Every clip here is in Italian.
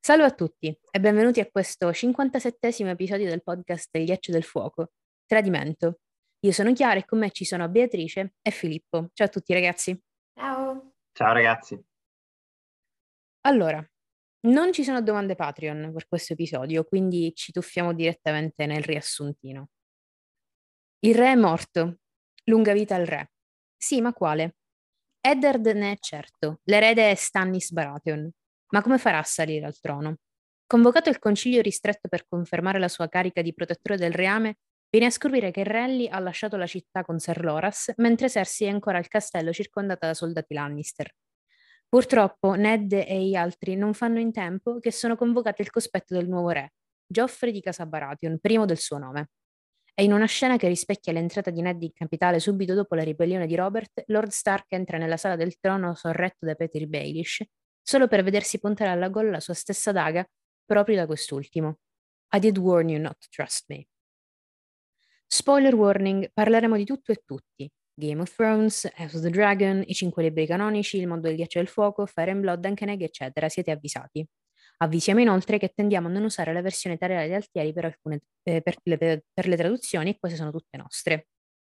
Salve a tutti e benvenuti a questo 57esimo episodio del podcast Il ghiaccio del fuoco, Tradimento. Io sono Chiara e con me ci sono Beatrice e Filippo. Ciao a tutti ragazzi. Ciao. Ciao ragazzi. Allora, non ci sono domande Patreon per questo episodio, quindi ci tuffiamo direttamente nel riassuntino. Il re è morto. Lunga vita al re. Sì, ma quale? Eddard ne è certo. L'erede è Stannis Baratheon. Ma come farà a salire al trono? Convocato il concilio ristretto per confermare la sua carica di protettore del reame, viene a scoprire che Renly ha lasciato la città con Ser Loras, mentre Cersei è ancora al castello circondata da soldati Lannister. Purtroppo Ned e gli altri non fanno in tempo che sono convocati al cospetto del nuovo re, Joffrey di Casa Baratheon, primo del suo nome. E in una scena che rispecchia l'entrata di Ned in capitale subito dopo la ribellione di Robert, Lord Stark entra nella sala del trono sorretto da Petyr Baelish, solo per vedersi puntare alla gola la sua stessa daga proprio da quest'ultimo. I did warn you not to trust me. Spoiler warning, parleremo di tutto e tutti. Game of Thrones, House of the Dragon, i 5 libri canonici, il mondo del ghiaccio e del fuoco, Fire and Blood, Ankeneg, eccetera, siete avvisati. Avvisiamo inoltre che tendiamo a non usare la versione italiana di Altieri per le traduzioni e queste sono tutte nostre.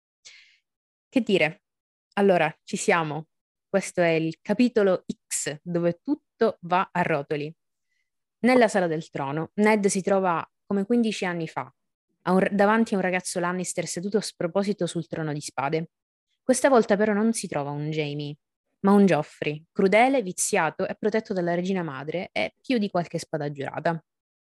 Che dire? Allora, ci siamo. Questo è il capitolo X, dove tutto va a rotoli. Nella sala del trono, Ned si trova come 15 anni fa, davanti a un ragazzo Lannister seduto a sproposito sul trono di spade. Questa volta però non si trova un Jaime, ma un Joffrey, crudele, viziato e protetto dalla regina madre e più di qualche spada giurata.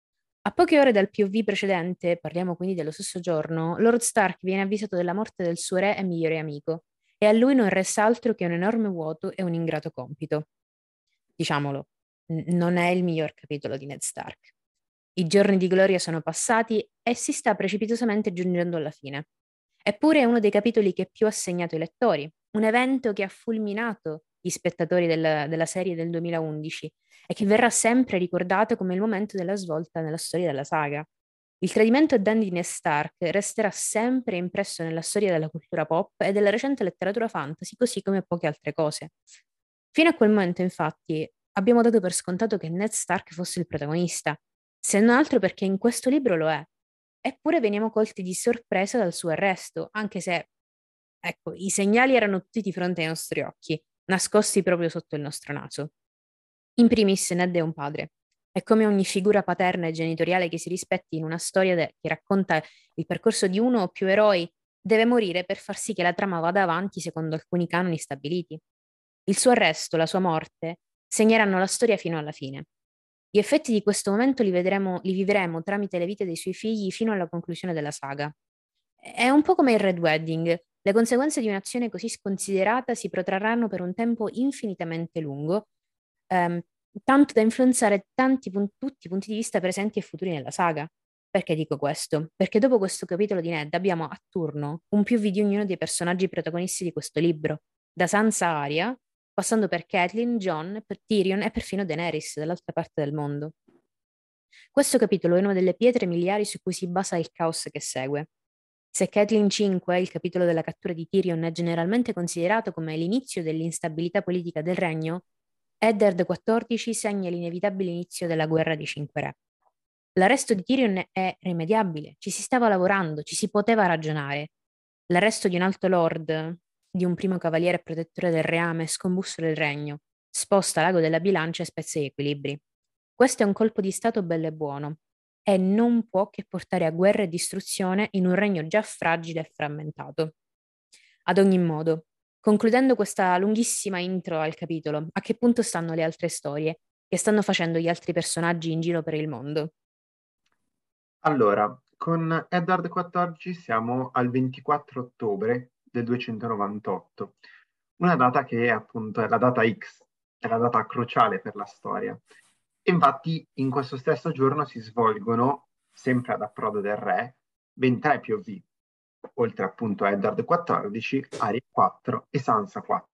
A poche ore dal POV precedente, parliamo quindi dello stesso giorno, Lord Stark viene avvisato della morte del suo re e migliore amico, e a lui non resta altro che un enorme vuoto e un ingrato compito. Diciamolo, non è il miglior capitolo di Ned Stark. I giorni di gloria sono passati e si sta precipitosamente giungendo alla fine. Eppure è uno dei capitoli che più ha segnato i lettori, un evento che ha fulminato gli spettatori della serie del 2011 e che verrà sempre ricordato come il momento della svolta nella storia della saga. Il tradimento dandy di Ned Stark resterà sempre impresso nella storia della cultura pop e della recente letteratura fantasy, così come poche altre cose. Fino a quel momento, infatti, abbiamo dato per scontato che Ned Stark fosse il protagonista, se non altro perché in questo libro lo è. Eppure veniamo colti di sorpresa dal suo arresto, anche se, ecco, i segnali erano tutti di fronte ai nostri occhi, nascosti proprio sotto il nostro naso. In primis, Ned è un padre. E come ogni figura paterna e genitoriale che si rispetti in una storia che racconta il percorso di uno o più eroi, deve morire per far sì che la trama vada avanti secondo alcuni canoni stabiliti. Il suo arresto, la sua morte, segneranno la storia fino alla fine. Gli effetti di questo momento li vivremo tramite le vite dei suoi figli fino alla conclusione della saga. È un po' come il Red Wedding. Le conseguenze di un'azione così sconsiderata si protrarranno per un tempo infinitamente lungo, ehm, tanto da influenzare tutti i punti di vista presenti e futuri nella saga. Perché dico questo? Perché dopo questo capitolo di Ned abbiamo a turno un POV di ognuno dei personaggi protagonisti di questo libro, da Sansa a Arya, passando per Catelyn, Jon, per Tyrion e perfino Daenerys dall'altra parte del mondo. Questo capitolo è una delle pietre miliari su cui si basa il caos che segue. Se Catelyn 5, il capitolo della cattura di Tyrion, è generalmente considerato come l'inizio dell'instabilità politica del regno, Eddard 14 segna l'inevitabile inizio della guerra dei Cinque Re. L'arresto di Tyrion è rimediabile, ci si stava lavorando, ci si poteva ragionare. L'arresto di un alto lord, di un primo cavaliere protettore del reame, scombussola il regno, sposta l'ago della bilancia e spezza gli equilibri. Questo è un colpo di stato bello e buono, e non può che portare a guerra e distruzione in un regno già fragile e frammentato. Ad ogni modo, concludendo questa lunghissima intro al capitolo, a che punto stanno le altre storie che stanno facendo gli altri personaggi in giro per il mondo? Allora, con Eddard XIV siamo al 24 ottobre del 298, una data che appunto è la data X, è la data cruciale per la storia. Infatti in questo stesso giorno si svolgono, sempre ad approdo del re, ben tre POV, oltre appunto a Eddard XIV, Arya 4 e Sansa 4.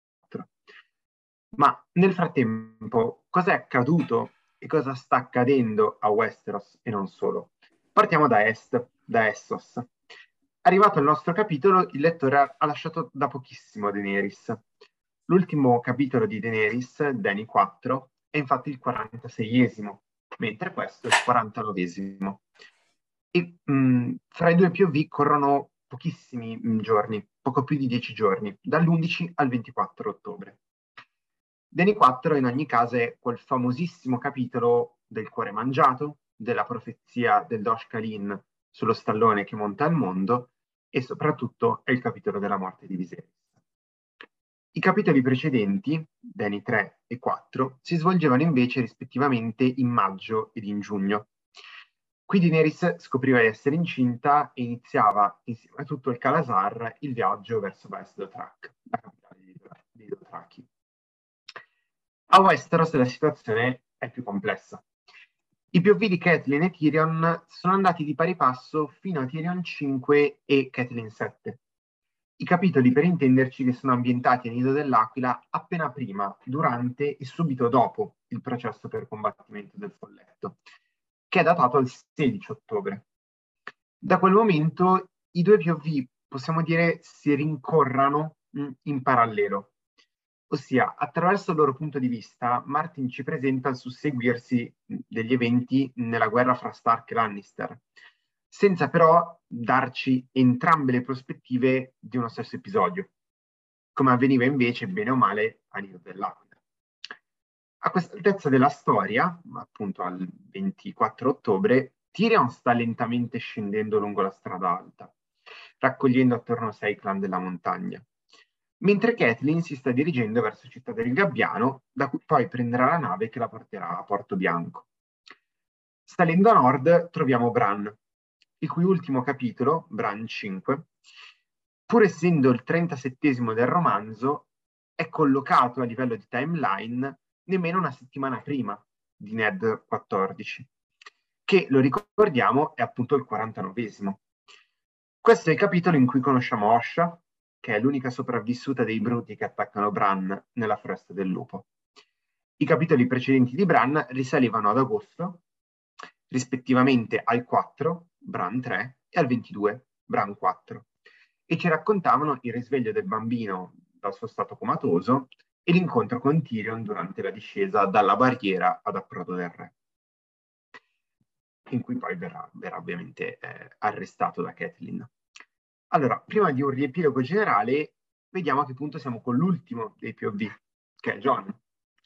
Ma nel frattempo, cosa è accaduto e cosa sta accadendo a Westeros e non solo? Partiamo da est, da Essos. Arrivato al nostro capitolo, il lettore ha lasciato da pochissimo Daenerys. L'ultimo capitolo di Daenerys, Dany 4, è infatti il 46esimo, mentre questo è il 49esimo. E fra i due POV corrono pochissimi giorni, poco più di 10 giorni, dall'11 al 24 ottobre. Deni 4 in ogni caso è quel famosissimo capitolo del cuore mangiato, della profezia del Dosh Kalin sullo stallone che monta il mondo, e soprattutto è il capitolo della morte di Viserys. I capitoli precedenti, Deni 3 e 4, si svolgevano invece rispettivamente in maggio ed in giugno. Qui Daenerys scopriva di essere incinta e iniziava, insieme a tutto il Kalasar, il viaggio verso Vaes Dothrak, la capitale dei Dothraki. A Westeros la situazione è più complessa. I POV di Catelyn e Tyrion sono andati di pari passo fino a Tyrion 5 e Catelyn 7. I capitoli, per intenderci, che sono ambientati a Nido dell'Aquila appena prima, durante e subito dopo il processo per combattimento del folletto, che è datato al 16 ottobre. Da quel momento i due POV, possiamo dire, si rincorrano in parallelo. Ossia, attraverso il loro punto di vista, Martin ci presenta il susseguirsi degli eventi nella guerra fra Stark e Lannister, senza però darci entrambe le prospettive di uno stesso episodio, come avveniva invece, bene o male, a Nido dell'Aquila. A questa altezza della storia, appunto al 24 ottobre, Tyrion sta lentamente scendendo lungo la strada alta, raccogliendo attorno a sé i clan della montagna, mentre Catelyn si sta dirigendo verso Città del Gabbiano, da cui poi prenderà la nave che la porterà a Porto Bianco. Salendo a nord troviamo Bran, il cui ultimo capitolo, Bran 5, pur essendo il 37esimo del romanzo, è collocato a livello di timeline nemmeno una settimana prima di Ned 14, che, lo ricordiamo, è appunto il 49esimo. Questo è il capitolo in cui conosciamo Osha, che è l'unica sopravvissuta dei bruti che attaccano Bran nella foresta del lupo. I capitoli precedenti di Bran risalivano ad agosto, rispettivamente al 4, Bran 3, e al 22, Bran 4, e ci raccontavano il risveglio del bambino dal suo stato comatoso e l'incontro con Tyrion durante la discesa dalla barriera ad approdo del re, in cui poi verrà ovviamente arrestato da Catelyn. Allora, prima di un riepilogo generale, vediamo a che punto siamo con l'ultimo dei POV, che è Jon.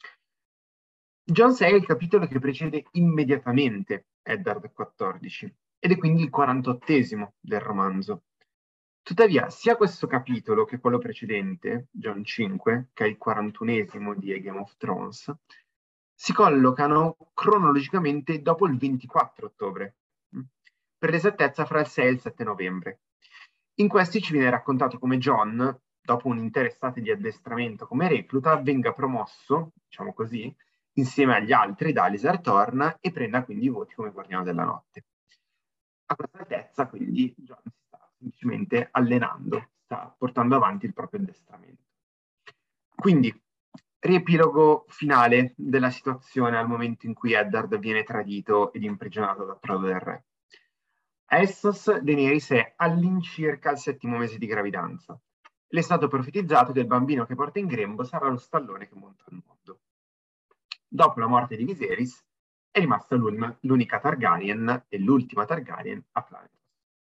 Jon 6 è il capitolo che precede immediatamente Eddard 14, ed è quindi il 48esimo del romanzo. Tuttavia, sia questo capitolo che quello precedente, Jon 5, che è il 41esimo di A Game of Thrones, si collocano cronologicamente dopo il 24 ottobre, per l'esattezza fra il 6 e il 7 novembre. In questi ci viene raccontato come Jon, dopo un'intera estate di addestramento come recluta, venga promosso, diciamo così, insieme agli altri da Alizar Thorn e prenda quindi i voti come guardiano della notte. A questa altezza, quindi, Jon si sta semplicemente allenando, sta portando avanti il proprio addestramento. Quindi, riepilogo finale della situazione al momento in cui Eddard viene tradito ed imprigionato da Approdo del Re. A Essos, Daenerys è all'incirca al 7° mese di gravidanza. Le è stato profetizzato che il bambino che porta in grembo sarà lo stallone che monta il mondo. Dopo la morte di Viserys, è rimasta l'unica Targaryen e l'ultima Targaryen a Planetos.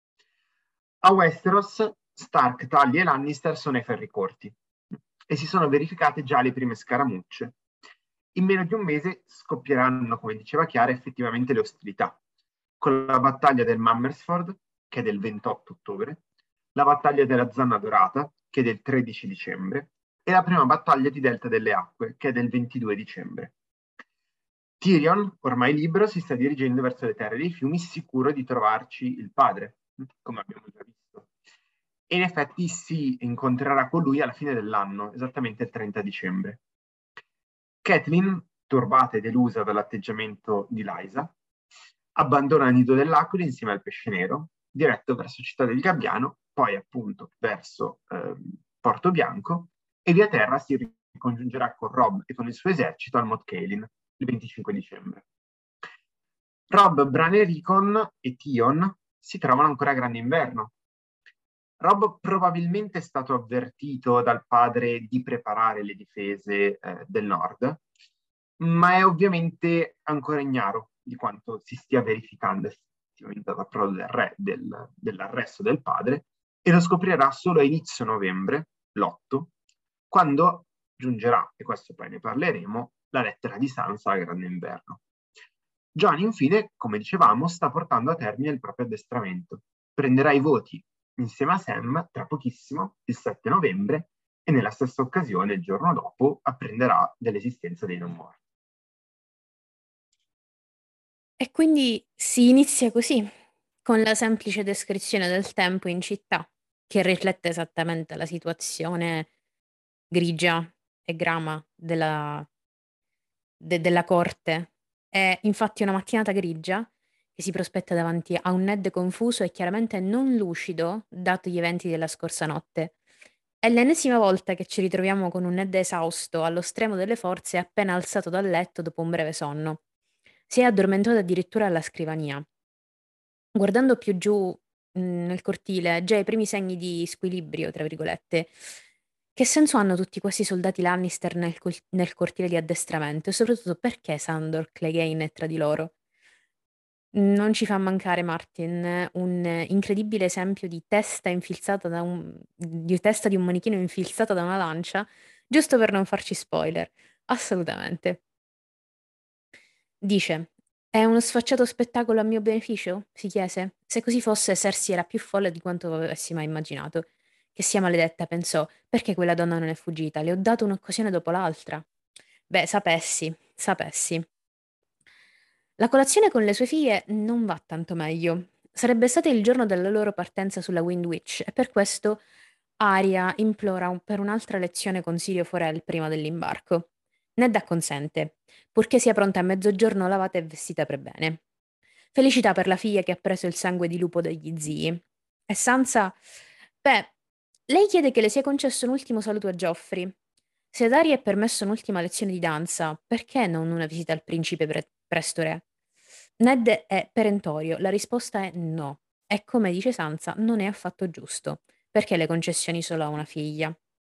A Westeros, Stark, Tully e Lannister sono ai ferri corti e si sono verificate già le prime scaramucce. In meno di un mese scoppieranno, come diceva Chiara, effettivamente le ostilità, con la battaglia del Mammersford, che è del 28 ottobre, la battaglia della Zanna Dorata, che è del 13 dicembre, e la prima battaglia di Delta delle Acque, che è del 22 dicembre. Tyrion, ormai libero, si sta dirigendo verso le terre dei fiumi, sicuro di trovarci il padre, come abbiamo già visto. E in effetti si incontrerà con lui alla fine dell'anno, esattamente il 30 dicembre. Catelyn, turbata e delusa dall'atteggiamento di Lysa, abbandona il Nido dell'Aquila insieme al Pesce Nero, diretto verso Città del Gabbiano, poi appunto verso Porto Bianco, e via terra si ricongiungerà con Robb e con il suo esercito al Moat Cailin il 25 dicembre. Robb, Bran e Rickon e Tion si trovano ancora a Grande Inverno. Robb probabilmente è stato avvertito dal padre di preparare le difese del nord, ma è ovviamente ancora ignaro di quanto si stia verificando effettivamente l'approdo del re, dell'arresto del padre, e lo scoprirà solo a inizio novembre, l'8, quando giungerà, e questo poi ne parleremo, la lettera di Sansa a Grande Inverno. Jon, infine, come dicevamo, sta portando a termine il proprio addestramento. Prenderà i voti insieme a Sam tra pochissimo, il 7 novembre, e nella stessa occasione, il giorno dopo, apprenderà dell'esistenza dei non morti. E quindi si inizia così, con la semplice descrizione del tempo in città, che riflette esattamente la situazione grigia e grama della corte. È infatti una mattinata grigia che si prospetta davanti a un Ned confuso e chiaramente non lucido, dato gli eventi della scorsa notte. È l'ennesima volta che ci ritroviamo con un Ned esausto, allo stremo delle forze, appena alzato dal letto dopo un breve sonno. Si è addormentato addirittura alla scrivania. Guardando più giù, nel cortile, già i primi segni di squilibrio, tra virgolette. Che senso hanno tutti questi soldati Lannister nel cortile di addestramento? E soprattutto perché Sandor, Clegane è tra di loro? Non ci fa mancare, Martin, un incredibile esempio di testa di un manichino infilzata da una lancia, giusto per non farci spoiler. Assolutamente. Dice, è uno sfacciato spettacolo a mio beneficio? Si chiese. Se così fosse, Cersei era più folle di quanto avessi mai immaginato. Che sia maledetta, pensò, perché quella donna non è fuggita? Le ho dato un'occasione dopo l'altra. Beh, sapessi. La colazione con le sue figlie non va tanto meglio. Sarebbe stato il giorno della loro partenza sulla Windwitch e per questo Arya implora per un'altra lezione con Sirio Forel prima dell'imbarco. Ned acconsente, purché sia pronta a mezzogiorno lavata e vestita per bene. Felicità per la figlia che ha preso il sangue di lupo degli zii. E Sansa, beh, lei chiede che le sia concesso un ultimo saluto a Joffrey. Se ad Arya è permesso un'ultima lezione di danza, perché non una visita al principe presto re? Ned è perentorio, la risposta è no. E come dice Sansa, non è affatto giusto. Perché le concessioni solo a una figlia?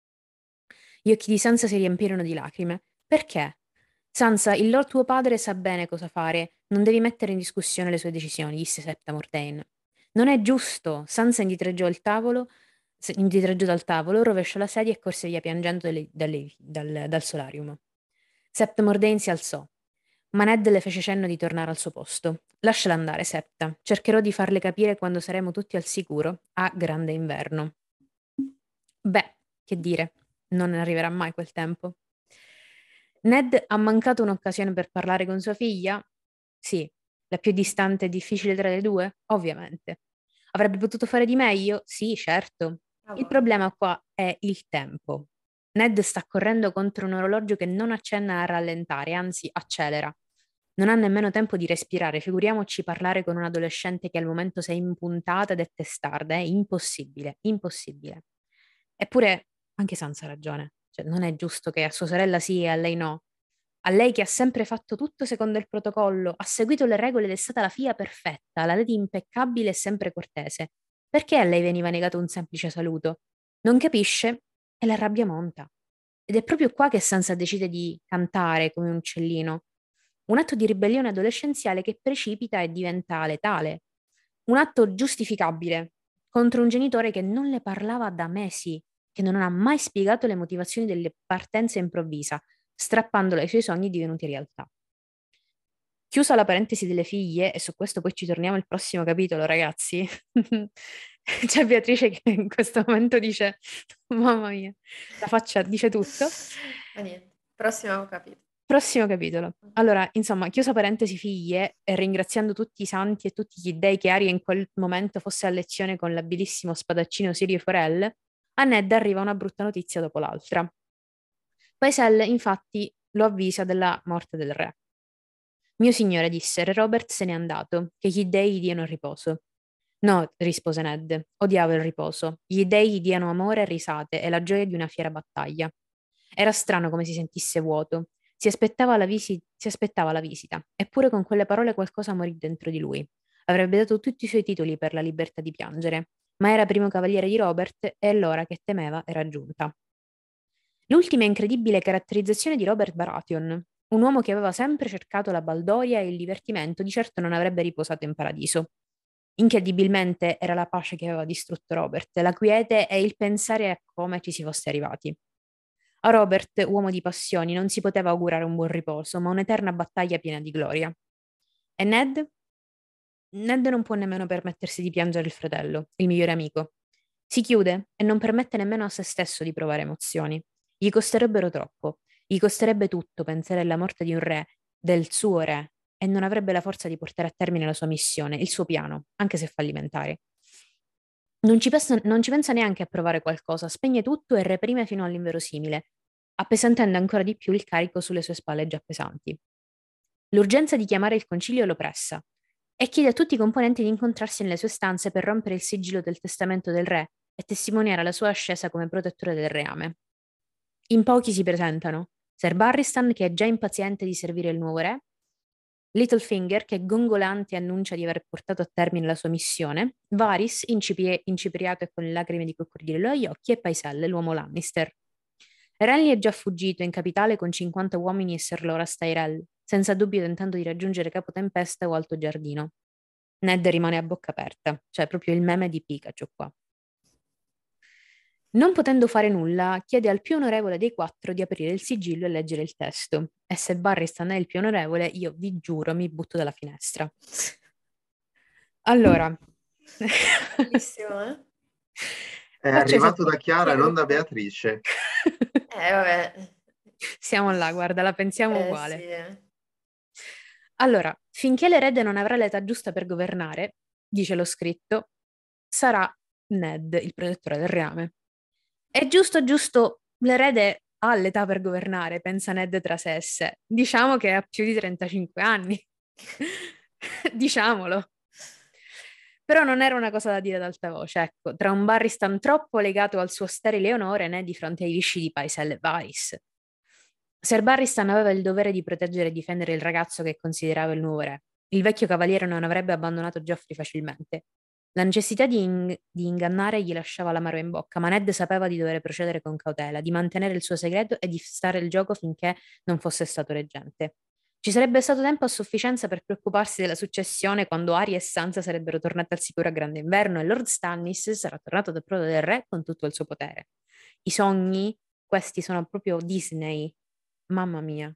Gli occhi di Sansa si riempirono di lacrime. Perché? Sansa, il lord tuo padre sa bene cosa fare. Non devi mettere in discussione le sue decisioni, disse Septa Mordane. Non è giusto. Sansa indietreggiò dal tavolo, rovesciò la sedia e corse via piangendo dal solarium. Septa Mordane si alzò, ma Ned le fece cenno di tornare al suo posto. Lasciala andare, Septa. Cercherò di farle capire quando saremo tutti al sicuro, a grande inverno. Beh, che dire, non arriverà mai quel tempo. Ned ha mancato un'occasione per parlare con sua figlia? Sì. La più distante e difficile tra le due? Ovviamente. Avrebbe potuto fare di meglio? Sì, certo. Il problema qua è il tempo. Ned sta correndo contro un orologio che non accenna a rallentare, anzi accelera. Non ha nemmeno tempo di respirare, figuriamoci parlare con un adolescente che al momento si è impuntata ed è testarda. È impossibile, impossibile. Eppure anche Sansa ha ragione. Cioè, non è giusto che a sua sorella sì e a lei no. A lei che ha sempre fatto tutto secondo il protocollo, ha seguito le regole ed è stata la figlia perfetta, la lady impeccabile e sempre cortese. Perché a lei veniva negato un semplice saluto? Non capisce e la rabbia monta. Ed è proprio qua che Sansa decide di cantare come un uccellino. Un atto di ribellione adolescenziale che precipita e diventa letale. Un atto giustificabile contro un genitore che non le parlava da mesi, che non ha mai spiegato le motivazioni delle partenze improvvisa, strappandole ai suoi sogni divenuti realtà. Chiusa la parentesi delle figlie, e su questo poi ci torniamo al prossimo capitolo, ragazzi. C'è Beatrice che in questo momento dice, mamma mia, la faccia dice tutto. Ma niente, prossimo capitolo. Prossimo capitolo. Allora, insomma, chiusa parentesi figlie, e ringraziando tutti i santi e tutti gli dei che Arya in quel momento fosse a lezione con l'abilissimo spadaccino Sirio Forel, a Ned arriva una brutta notizia dopo l'altra. Paisel, infatti, lo avvisa della morte del re. Mio signore, disse, Re Robert se n'è andato, che gli dei gli diano riposo. No, rispose Ned, odiavo il riposo. Gli dei gli diano amore e risate e la gioia di una fiera battaglia. Era strano come si sentisse vuoto. Si aspettava la visita, eppure con quelle parole qualcosa morì dentro di lui. Avrebbe dato tutti i suoi titoli per la libertà di piangere, ma era primo cavaliere di Robert e l'ora che temeva era giunta. L'ultima incredibile caratterizzazione di Robert Baratheon. Un uomo che aveva sempre cercato la baldoria e il divertimento di certo non avrebbe riposato in paradiso. Incredibilmente era la pace che aveva distrutto Robert, la quiete e il pensare a come ci si fosse arrivati. A Robert, uomo di passioni, non si poteva augurare un buon riposo, ma un'eterna battaglia piena di gloria. E Ned? Ned non può nemmeno permettersi di piangere il fratello, il migliore amico. Si chiude e non permette nemmeno a se stesso di provare emozioni. Gli costerebbero troppo. Gli costerebbe tutto pensare alla morte di un re, del suo re, e non avrebbe la forza di portare a termine la sua missione, il suo piano, anche se fallimentare. Non ci pensa neanche a provare qualcosa, spegne tutto e reprime fino all'inverosimile, appesantendo ancora di più il carico sulle sue spalle già pesanti. L'urgenza di chiamare il concilio lo pressa e chiede a tutti i componenti di incontrarsi nelle sue stanze per rompere il sigillo del testamento del re e testimoniare la sua ascesa come protettore del reame. In pochi si presentano Sir Barristan, che è già impaziente di servire il nuovo re, Littlefinger, che gongolante annuncia di aver portato a termine la sua missione, Varys, incipriato e con le lacrime di coccodrillo agli occhi, e Paiselle, l'uomo Lannister. Renly è già fuggito in capitale con 50 uomini e Sir Loras Tyrell, senza dubbio tentando di raggiungere Capo Tempesta o Alto Giardino. Ned rimane a bocca aperta, cioè proprio il meme di Pikachu qua. Non potendo fare nulla, chiede al più onorevole dei quattro di aprire il sigillo e leggere il testo. E se Barristan è il più onorevole, io vi giuro, mi butto dalla finestra. Allora, Bellissimo, eh? È faccio arrivato da esattamente. Chiara, non da Beatrice. Vabbè. Siamo là, guarda, la pensiamo Sì. uguale. Allora, finché l'erede non avrà l'età giusta per governare, dice lo scritto, sarà Ned il protettore del reame. È giusto, giusto, l'erede ha l'età per governare, pensa Ned tra sé e sé. Diciamo che ha più di 35 anni. Diciamolo. Però non era una cosa da dire ad alta voce, ecco, tra un Barristan troppo legato al suo sterile onore né di fronte ai visci di Paiselle e Varys. Sir Barristan aveva il dovere di proteggere e difendere il ragazzo che considerava il nuovo re. Il vecchio cavaliere non avrebbe abbandonato Geoffrey facilmente. La necessità di ingannare gli lasciava l'amaro in bocca, ma Ned sapeva di dover procedere con cautela, di mantenere il suo segreto e di stare il gioco finché non fosse stato reggente. Ci sarebbe stato tempo a sufficienza per preoccuparsi della successione quando Arya e Sansa sarebbero tornate al sicuro a grande inverno e Lord Stannis sarà tornato dal prodo del re con tutto il suo potere. I sogni, questi sono proprio Disney. Mamma mia.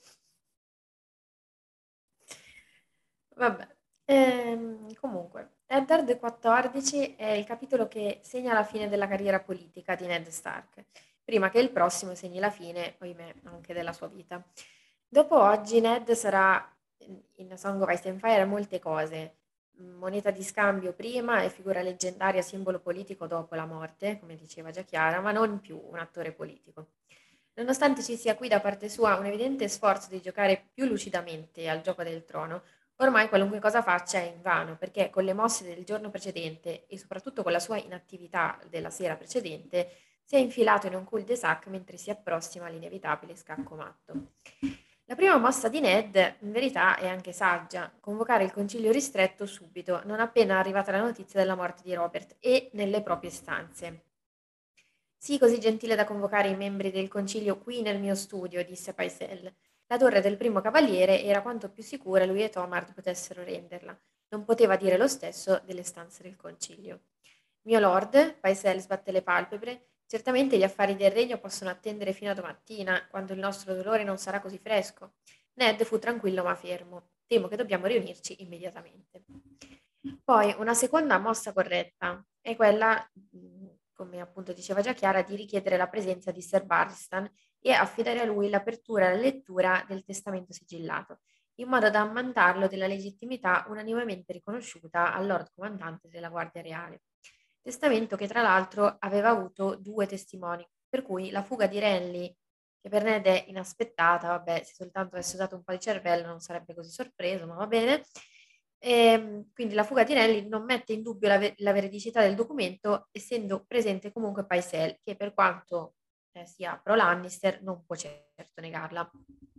Vabbè. Comunque, Eddard 14 è il capitolo che segna la fine della carriera politica di Ned Stark, prima che il prossimo segni la fine, ahimè, anche della sua vita. Dopo oggi Ned sarà in A Song of Ice and Fire molte cose, moneta di scambio prima e figura leggendaria, simbolo politico dopo la morte, come diceva già Chiara, ma non più un attore politico. Nonostante ci sia qui da parte sua un evidente sforzo di giocare più lucidamente al gioco del trono, ormai qualunque cosa faccia è invano, perché con le mosse del giorno precedente e soprattutto con la sua inattività della sera precedente si è infilato in un cul-de-sac mentre si approssima all'inevitabile scacco matto. La prima mossa di Ned, in verità, è anche saggia: convocare il concilio ristretto subito, non appena arrivata la notizia della morte di Robert, e nelle proprie stanze. Sii così gentile da convocare i membri del concilio qui nel mio studio, disse Paisel. La torre del primo cavaliere era quanto più sicura lui e Tomard potessero renderla. Non poteva dire lo stesso delle stanze del concilio. Mio lord, Paisel sbatté le palpebre, certamente gli affari del regno possono attendere fino a domattina, quando il nostro dolore non sarà così fresco. Ned fu tranquillo ma fermo. Temo che dobbiamo riunirci immediatamente. Poi una seconda mossa corretta è quella, come appunto diceva già Chiara, di richiedere la presenza di Sir Barristan e affidare a lui l'apertura e la lettura del testamento sigillato, in modo da ammantarlo della legittimità unanimemente riconosciuta al Lord Comandante della Guardia Reale. Testamento che tra l'altro aveva avuto 2 testimoni, per cui la fuga di Renly, che per Ned è inaspettata, vabbè, se soltanto avesse usato un po' di cervello non sarebbe così sorpreso, ma va bene. Quindi la fuga di Renly non mette in dubbio la veridicità del documento, essendo presente comunque Paisel, che per quanto sia pro Lannister non può certo negarla.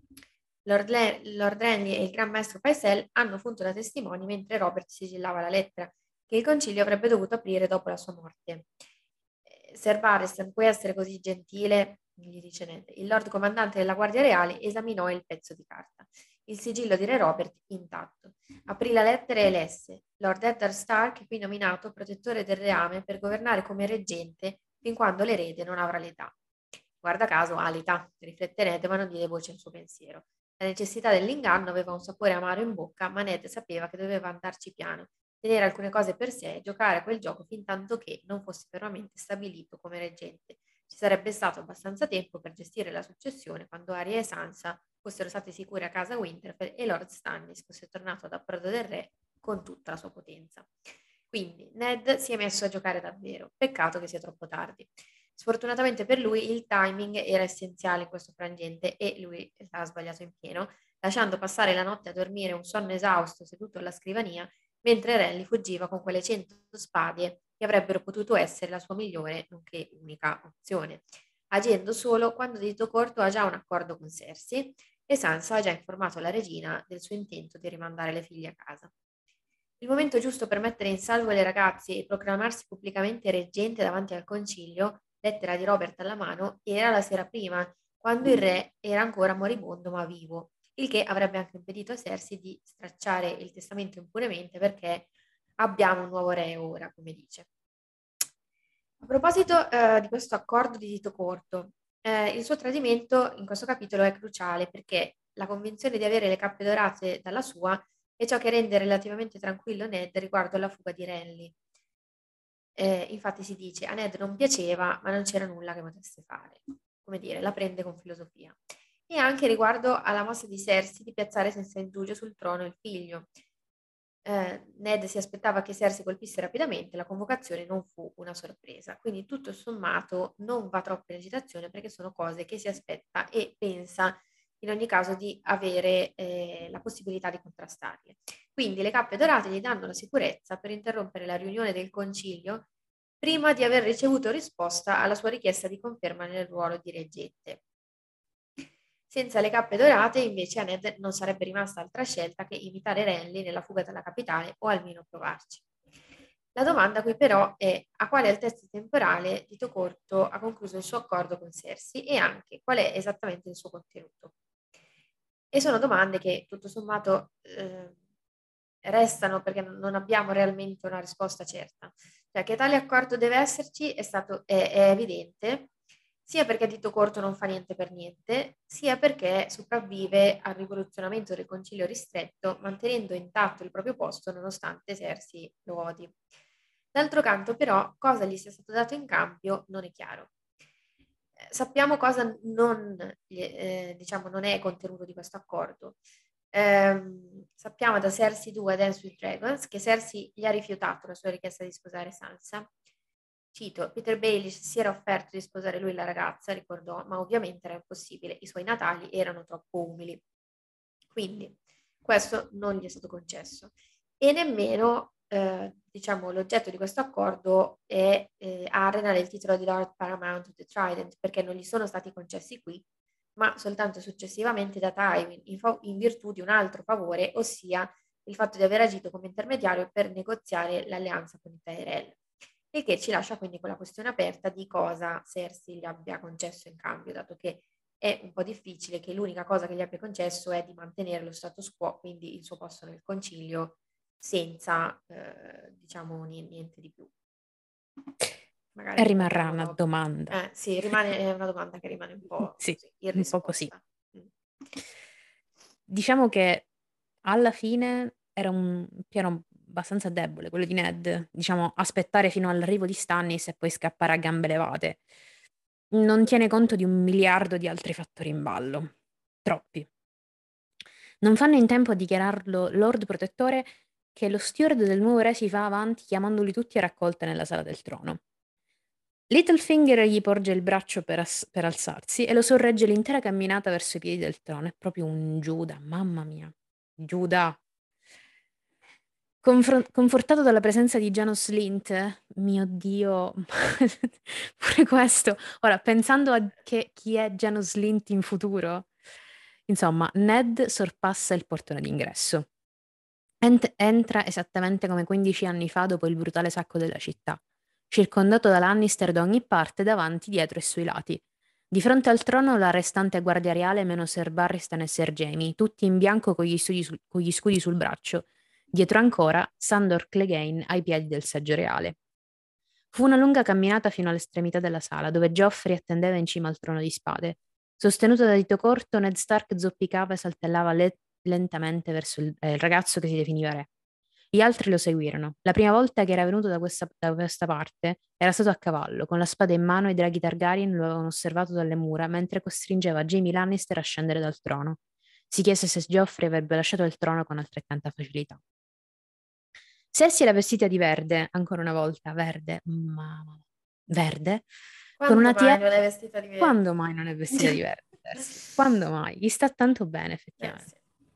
Lord Renly e il Gran Maestro Paisel hanno funto da testimoni mentre Robert sigillava la lettera, che il concilio avrebbe dovuto aprire dopo la sua morte. Sir Barristan, puoi essere così gentile? gli dice Ned. Il Lord Comandante della Guardia Reale esaminò il pezzo di carta. Il sigillo di Re Robert intatto. Aprì la lettera e lesse: Lord Eddard Stark è qui nominato protettore del reame per governare come reggente fin quando l'erede non avrà l'età. Guarda caso ha l'età, riflette Ned, ma non diede voce al suo pensiero. La necessità dell'inganno aveva un sapore amaro in bocca, ma Ned sapeva che doveva andarci piano, tenere alcune cose per sé e giocare a quel gioco fin tanto che non fosse fermamente stabilito come reggente. Ci sarebbe stato abbastanza tempo per gestire la successione quando Arya e Sansa fossero state sicure a casa Winterfell e Lord Stannis fosse tornato ad approdo del re con tutta la sua potenza. Quindi Ned si è messo a giocare davvero. Peccato che sia troppo tardi. Sfortunatamente per lui il timing era essenziale in questo frangente e lui ha sbagliato in pieno, lasciando passare la notte a dormire un sonno esausto seduto alla scrivania, mentre Renly fuggiva con quelle 100 spade che avrebbero potuto essere la sua migliore, nonché unica opzione, agendo solo quando Dito Corto ha già un accordo con Cersei e Sansa ha già informato la regina del suo intento di rimandare le figlie a casa. Il momento giusto per mettere in salvo le ragazze e proclamarsi pubblicamente reggente davanti al concilio, lettera di Robert alla mano, era la sera prima, quando il re era ancora moribondo ma vivo, il che avrebbe anche impedito a Cersei di stracciare il testamento impunemente perché abbiamo un nuovo re ora, come dice. A proposito di questo accordo di Dito Corto, il suo tradimento in questo capitolo è cruciale perché la convinzione di avere le cappe dorate dalla sua è ciò che rende relativamente tranquillo Ned riguardo alla fuga di Renly. Infatti si dice a Ned non piaceva, ma non c'era nulla che potesse fare. Come dire, la prende con filosofia. E anche riguardo alla mossa di Cersei di piazzare senza indugio sul trono il figlio. Ned si aspettava che Cersei colpisse rapidamente, la convocazione non fu una sorpresa. Quindi tutto sommato non va troppo in agitazione perché sono cose che si aspetta e pensa in ogni caso di avere la possibilità di contrastarle. Quindi le cappe dorate gli danno la sicurezza per interrompere la riunione del concilio prima di aver ricevuto risposta alla sua richiesta di conferma nel ruolo di reggente. Senza le cappe dorate, invece, a Ned non sarebbe rimasta altra scelta che imitare Renly nella fuga dalla capitale o almeno provarci. La domanda qui però è a quale altezza temporale Dito Corto ha concluso il suo accordo con Cersei e anche qual è esattamente il suo contenuto. E sono domande che tutto sommato restano perché non abbiamo realmente una risposta certa. Cioè che tale accordo deve esserci è evidente, sia perché Dito Corto non fa niente per niente, sia perché sopravvive al rivoluzionamento del concilio ristretto, mantenendo intatto il proprio posto nonostante Cersei lo odi. D'altro canto, però, cosa gli sia stato dato in cambio non è chiaro. Sappiamo cosa non è contenuto di questo accordo. Sappiamo da Cersei 2 Dance with Dragons che Cersei gli ha rifiutato la sua richiesta di sposare Sansa. Cito, Peter Baelish si era offerto di sposare lui la ragazza, ricordò, ma ovviamente era impossibile, i suoi natali erano troppo umili. Quindi questo non gli è stato concesso. E nemmeno, l'oggetto di questo accordo è Arenal il titolo di Lord Paramount of the Trident, perché non gli sono stati concessi qui, ma soltanto successivamente da Tywin, in virtù di un altro favore, ossia il fatto di aver agito come intermediario per negoziare l'alleanza con i Tyrell. Il che ci lascia quindi con la questione aperta di cosa Cersei gli abbia concesso in cambio, dato che è un po' difficile che l'unica cosa che gli abbia concesso è di mantenere lo status quo, quindi il suo posto nel concilio, senza, niente di più. Magari rimarrà una domanda. Sì, è una domanda che rimane un po' sì, così, irrisposta. Un po' così. Diciamo che alla fine era un piano abbastanza debole, quello di Ned, diciamo aspettare fino all'arrivo di Stannis e poi scappare a gambe levate. Non tiene conto di 1 miliardo di altri fattori in ballo. Troppi. Non fanno in tempo a dichiararlo Lord Protettore che lo steward del nuovo re si fa avanti chiamandoli tutti a raccolta nella sala del trono. Littlefinger gli porge il braccio per alzarsi e lo sorregge l'intera camminata verso i piedi del trono. È proprio un Giuda, mamma mia. Giuda. Confortato dalla presenza di Janos Slint, mio Dio, pure questo. Ora, pensando a chi è Janos Slint in futuro, insomma, Ned sorpassa il portone d'ingresso. Entra esattamente come 15 anni fa dopo il brutale sacco della città, circondato da Lannister da ogni parte, davanti, dietro e sui lati. Di fronte al trono la restante guardia reale meno Sir Barristan e Sir Jaime, tutti in bianco con gli scudi sul braccio. Dietro ancora Sandor Clegane ai piedi del seggio reale. Fu una lunga camminata fino all'estremità della sala, dove Geoffrey attendeva in cima al trono di spade. Sostenuto da dito corto, Ned Stark zoppicava e saltellava lentamente verso il ragazzo che si definiva re. Gli altri lo seguirono. La prima volta che era venuto da questa parte era stato a cavallo, con la spada in mano e i draghi Targaryen lo avevano osservato dalle mura mentre costringeva Jaime Lannister a scendere dal trono. Si chiese se Geoffrey avrebbe lasciato il trono con altrettanta facilità. Cersei era vestita di verde, ancora una volta, verde, mamma, verde, con Quando una mai tiara. non è vestita di verde? Quando mai non è vestita di verde, Cersei? Quando mai? Gli sta tanto bene, effettivamente. Sì.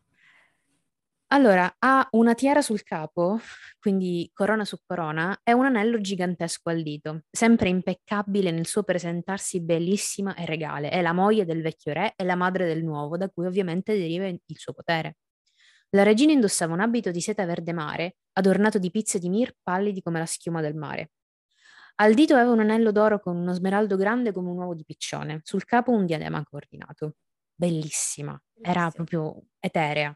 Allora, ha una tiara sul capo, quindi corona su corona, e un anello gigantesco al dito, sempre impeccabile nel suo presentarsi bellissima e regale. È la moglie del vecchio re e la madre del nuovo, da cui ovviamente deriva il suo potere. La regina indossava un abito di seta verde mare, adornato di pizze di mir pallidi come la schiuma del mare. Al dito aveva un anello d'oro con uno smeraldo grande come un uovo di piccione, sul capo un diadema coordinato. Bellissima, era Bellissimo. proprio eterea.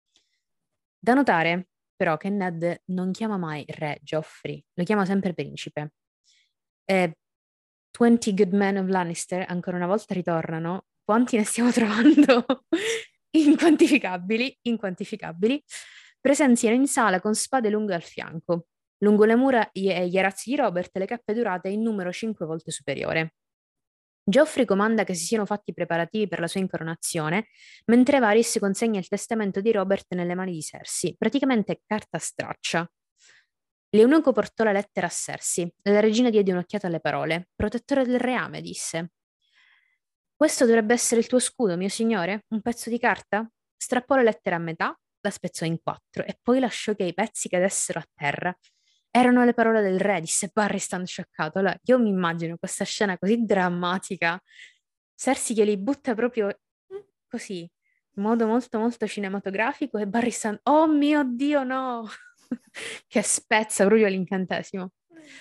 Da notare, però, che Ned non chiama mai re Joffrey, lo chiama sempre principe. E 20 Good Men of Lannister ancora una volta ritornano. Quanti ne stiamo trovando? Inquantificabili, inquantificabili. Presenziano in sala con spade lunghe al fianco. Lungo le mura e gli arazzi di Robert le cappe dorate in numero 5 volte superiore. Geoffrey comanda che si siano fatti i preparativi per la sua incoronazione, mentre Varys consegna il testamento di Robert nelle mani di Cersei, praticamente carta straccia. L'eunuco portò la lettera a Cersei e la regina diede un'occhiata alle parole. Protettore del reame, disse. Questo dovrebbe essere il tuo scudo, mio signore? Un pezzo di carta? Strappò la lettera a metà, la spezzò in 4 e poi lasciò che i pezzi cadessero a terra. Erano le parole del re, disse Barristan scioccato. Allora, io mi immagino questa scena così drammatica. Cersei che li butta proprio così, in modo molto molto cinematografico e Barristan, oh mio Dio, no! Che spezza proprio l'incantesimo.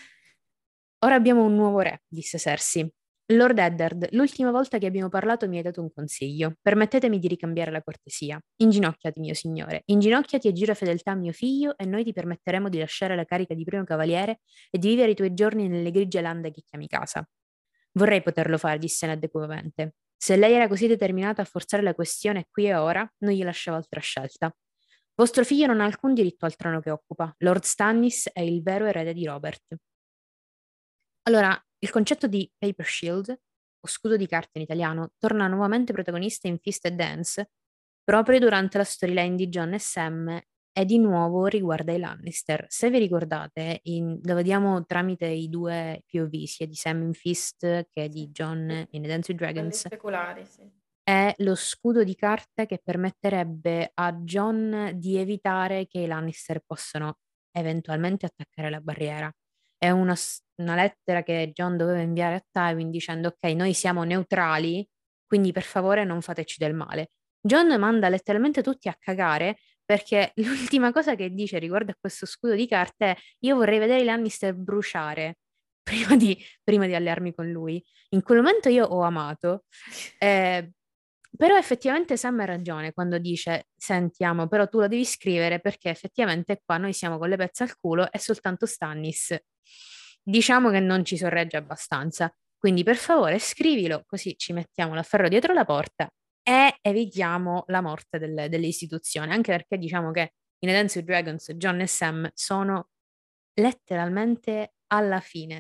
Ora abbiamo un nuovo re, disse Cersei. Lord Eddard, l'ultima volta che abbiamo parlato mi hai dato un consiglio. Permettetemi di ricambiare la cortesia. Inginocchiati, mio signore. Inginocchiati e giura fedeltà a mio figlio e noi ti permetteremo di lasciare la carica di primo cavaliere e di vivere i tuoi giorni nelle grigie lande che chiami casa. Vorrei poterlo fare, disse Ned equamente. Se lei era così determinata a forzare la questione qui e ora, non gli lasciavo altra scelta. Vostro figlio non ha alcun diritto al trono che occupa. Lord Stannis è il vero erede di Robert. Allora, il concetto di paper shield, o scudo di carta in italiano, torna nuovamente protagonista in Fist e Dance, proprio durante la storyline di Jon e Sam, e di nuovo riguarda i Lannister. Se vi ricordate, lo vediamo tramite i due POV, sia di Sam in Fist che di Jon in A Dance with Quelli Dragons, speculari, sì. è lo scudo di carta che permetterebbe a Jon di evitare che i Lannister possano eventualmente attaccare la barriera. È una lettera che Jon doveva inviare a Tywin dicendo ok, noi siamo neutrali, quindi per favore non fateci del male. Jon manda letteralmente tutti a cagare perché l'ultima cosa che dice riguardo a questo scudo di carta è io vorrei vedere i Lannister bruciare prima di allearmi con lui. In quel momento io ho amato. Però effettivamente Sam ha ragione quando dice sentiamo, però tu lo devi scrivere perché effettivamente qua noi siamo con le pezze al culo e soltanto Stannis diciamo che non ci sorregge abbastanza. Quindi per favore scrivilo così ci mettiamo la ferro dietro la porta e evitiamo la morte delle istituzioni, anche perché diciamo che in A Dance with Dragons Jon e Sam sono letteralmente alla fine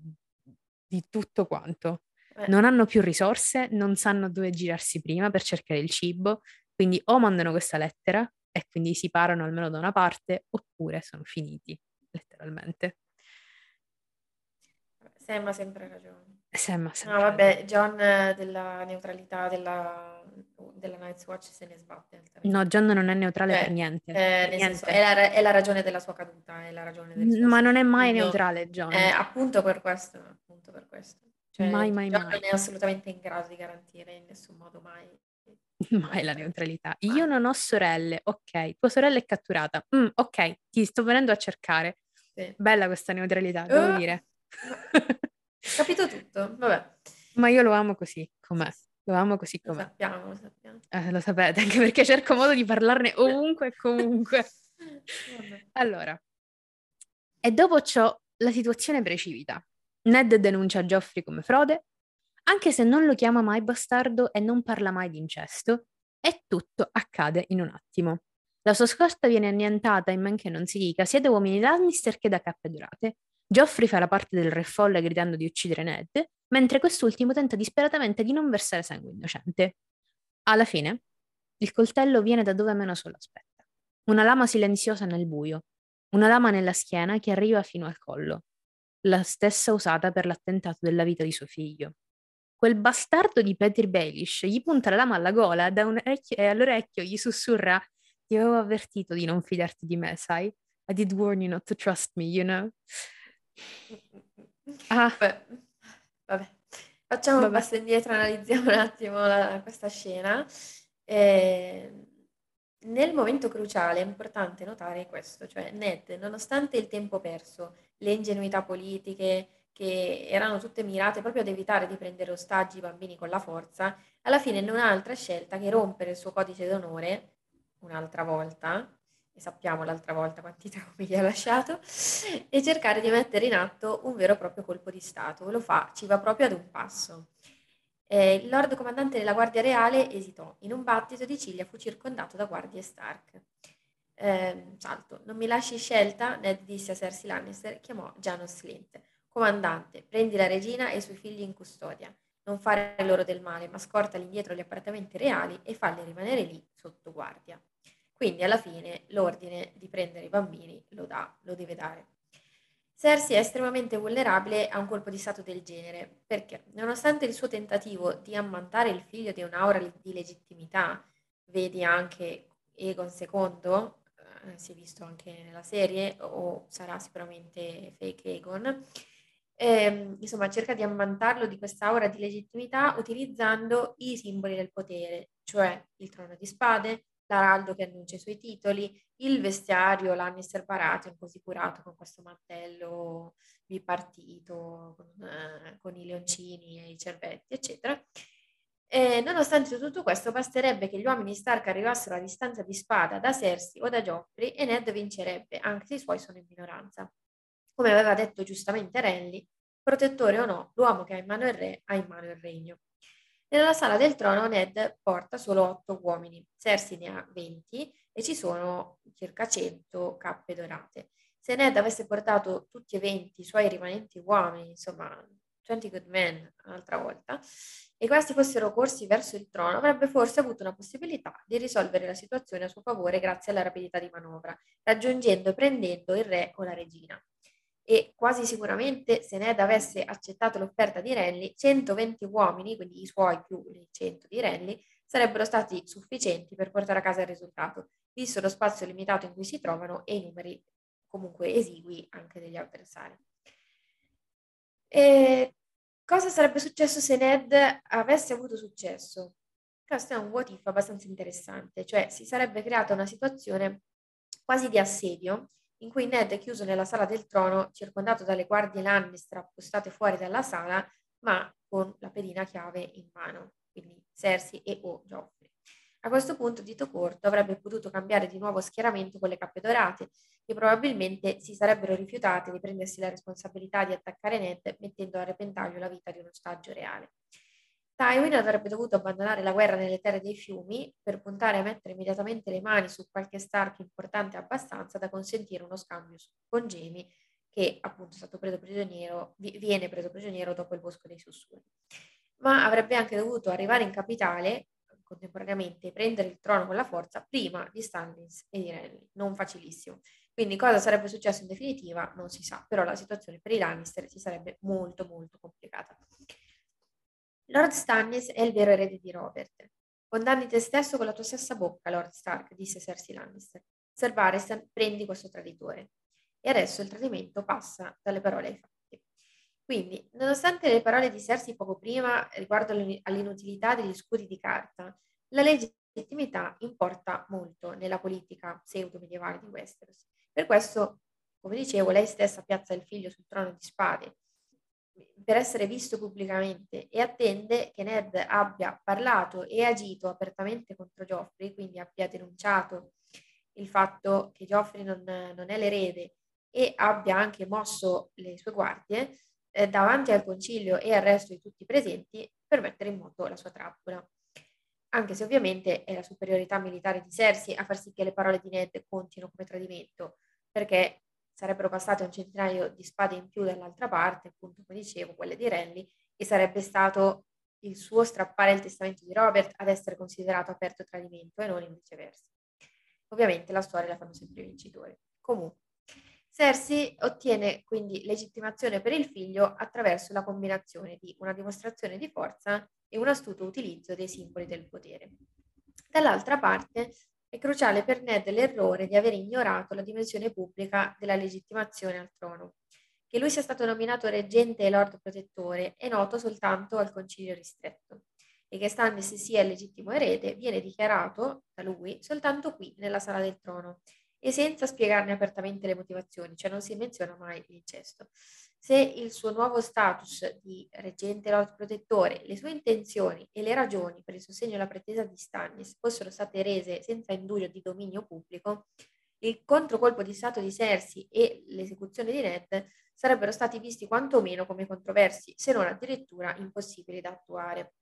di tutto quanto. Non hanno più risorse, non sanno dove girarsi prima per cercare il cibo, quindi o mandano questa lettera e quindi si parano almeno da una parte, oppure sono finiti, letteralmente. Sam ha sempre ragione. Sam ha No, sempre vabbè, ragione. John della neutralità della Night's Watch se ne sbatte altamente. No, Jon non è neutrale per Cioè, niente, per nel senso, niente. è la ragione della sua caduta, è la ragione del suo Ma essere non è mai finito. neutrale, Jon. Appunto per questo, appunto per questo. Cioè, Mai, mai, John non mai. è assolutamente in grado di garantire in nessun modo mai la Mai la neutralità. neutralità. Io Mai. non ho sorelle, ok. Tua sorella è catturata. Ok, ti sto venendo a cercare. Sì. Bella questa neutralità, devo dire. Capito tutto, vabbè. Ma io lo amo così Sì, com'è. sì, Lo amo così lo com'è. sappiamo, lo sappiamo. Lo sapete, anche perché cerco modo di parlarne ovunque e comunque. Vabbè. Allora, e dopo ciò la situazione precipita. Ned denuncia Geoffrey come frode, anche se non lo chiama mai bastardo e non parla mai di incesto, e tutto accade in un attimo. La sua scorta viene annientata in men che non si dica sia da uomini Lannister che da cappe dorate. Geoffrey farà parte del Re Folle gridando di uccidere Ned, mentre quest'ultimo tenta disperatamente di non versare sangue innocente. Alla fine, il coltello viene da dove meno se lo aspetta. Una lama silenziosa nel buio, una lama nella schiena che arriva fino al collo, la stessa usata per l'attentato della vita di suo figlio. Quel bastardo di Petri Baelish gli punta la lama alla gola da un orecchio e all'orecchio gli sussurra: Ti avevo avvertito di non fidarti di me, sai? I did warn you not to trust me, you know? Ah, Beh, vabbè. Facciamo un vabbè. passo indietro, analizziamo un attimo questa scena. Eh, Nel momento cruciale è importante notare questo, cioè Ned, nonostante il tempo perso, le ingenuità politiche che erano tutte mirate proprio ad evitare di prendere ostaggi i bambini con la forza, alla fine non ha altra scelta che rompere il suo codice d'onore un'altra volta, e sappiamo l'altra volta quanti traumi gli ha lasciato, e cercare di mettere in atto un vero e proprio colpo di Stato. Lo fa, ci va proprio ad un passo. Il Lord Comandante della Guardia Reale esitò. In un battito di ciglia fu circondato da guardie Stark. Salto. Non mi lasci scelta, Ned disse a Cersei Lannister, chiamò Janos Slint. Comandante, prendi la regina e i suoi figli in custodia. Non fare loro del male, ma scortali indietro gli appartamenti reali e falli rimanere lì sotto guardia. Quindi alla fine l'ordine di prendere i bambini lo deve dare. Cersei è estremamente vulnerabile a un colpo di stato del genere, perché nonostante il suo tentativo di ammantare il figlio di un'aura di legittimità, vedi anche Aegon II, si è visto anche nella serie, o sarà sicuramente fake Aegon, insomma cerca di ammantarlo di questa aura di legittimità utilizzando i simboli del potere, cioè il trono di spade, l'araldo che annuncia i suoi titoli, il vestiario Lannister Baratheon così curato con questo mantello bipartito, con i leoncini e i cervetti, eccetera. E nonostante tutto questo, basterebbe che gli uomini Stark arrivassero a distanza di spada da Cersei o da Joffrey e Ned vincerebbe, anche se i suoi sono in minoranza. Come aveva detto giustamente Renly, protettore o no, l'uomo che ha in mano il re ha in mano il regno. Nella sala del trono Ned porta solo 8 uomini, Cersei ne ha 20 e ci sono circa 100 cappe dorate. Se Ned avesse portato tutti e 20 i suoi rimanenti uomini, insomma 20 good men un'altra volta, e questi fossero corsi verso il trono, avrebbe forse avuto una possibilità di risolvere la situazione a suo favore grazie alla rapidità di manovra, raggiungendo e prendendo il re o la regina. E quasi sicuramente se Ned avesse accettato l'offerta di Renly, 120 uomini, quindi i suoi più i 100 di Renly, sarebbero stati sufficienti per portare a casa il risultato, visto lo spazio limitato in cui si trovano e i numeri comunque esigui anche degli avversari. E cosa sarebbe successo se Ned avesse avuto successo? Questo è un what if abbastanza interessante, cioè si sarebbe creata una situazione quasi di assedio in cui Ned è chiuso nella sala del trono, circondato dalle guardie Lannister appostate fuori dalla sala, ma con la pedina chiave in mano, quindi Cersei e o Joffrey. A questo punto, dito corto, avrebbe potuto cambiare di nuovo schieramento con le cappe dorate, che probabilmente si sarebbero rifiutate di prendersi la responsabilità di attaccare Ned, mettendo a repentaglio la vita di un ostaggio reale. Tywin avrebbe dovuto abbandonare la guerra nelle terre dei fiumi per puntare a mettere immediatamente le mani su qualche Stark importante abbastanza da consentire uno scambio con Jaime, che appunto è stato preso prigioniero, viene preso prigioniero dopo il Bosco dei Sussurri. Ma avrebbe anche dovuto arrivare in capitale contemporaneamente e prendere il trono con la forza prima di Stannis e di Renly. Non facilissimo. Quindi cosa sarebbe successo in definitiva non si sa, però la situazione per i Lannister si sarebbe molto molto complicata. Lord Stannis è il vero erede di Robert. Condanni te stesso con la tua stessa bocca, Lord Stark, disse Cersei Lannister. Sir Varys, prendi questo traditore. E adesso il tradimento passa dalle parole ai fatti. Quindi, nonostante le parole di Cersei poco prima riguardo all'inutilità degli scudi di carta, la legittimità importa molto nella politica pseudo-medievale di Westeros. Per questo, come dicevo, lei stessa piazza il figlio sul trono di spade per essere visto pubblicamente e attende che Ned abbia parlato e agito apertamente contro Joffrey, quindi abbia denunciato il fatto che Joffrey non è l'erede e abbia anche mosso le sue guardie davanti al concilio e al resto di tutti i presenti per mettere in moto la sua trappola. Anche se ovviamente è la superiorità militare di Cersei a far sì che le parole di Ned contino come tradimento, perché sarebbero bastate un centinaio di spade in più dall'altra parte, appunto come dicevo, quelle di Renly, e sarebbe stato il suo strappare il testamento di Robert ad essere considerato aperto tradimento e non in viceversa. Ovviamente la storia la fanno sempre i vincitori. Comunque, Cersei ottiene quindi legittimazione per il figlio attraverso la combinazione di una dimostrazione di forza e un astuto utilizzo dei simboli del potere. Dall'altra parte, è cruciale per Ned l'errore di aver ignorato la dimensione pubblica della legittimazione al trono. Che lui sia stato nominato reggente e lord protettore è noto soltanto al concilio ristretto e che Stannis sia il legittimo erede viene dichiarato da lui soltanto qui nella sala del trono e senza spiegarne apertamente le motivazioni, cioè non si menziona mai l'incesto. Se il suo nuovo status di reggente lord protettore, le sue intenzioni e le ragioni per il sostegno alla pretesa di Stannis fossero state rese senza indugio di dominio pubblico, il controcolpo di stato di Cersei e l'esecuzione di Ned sarebbero stati visti quantomeno come controversi, se non addirittura impossibili da attuare.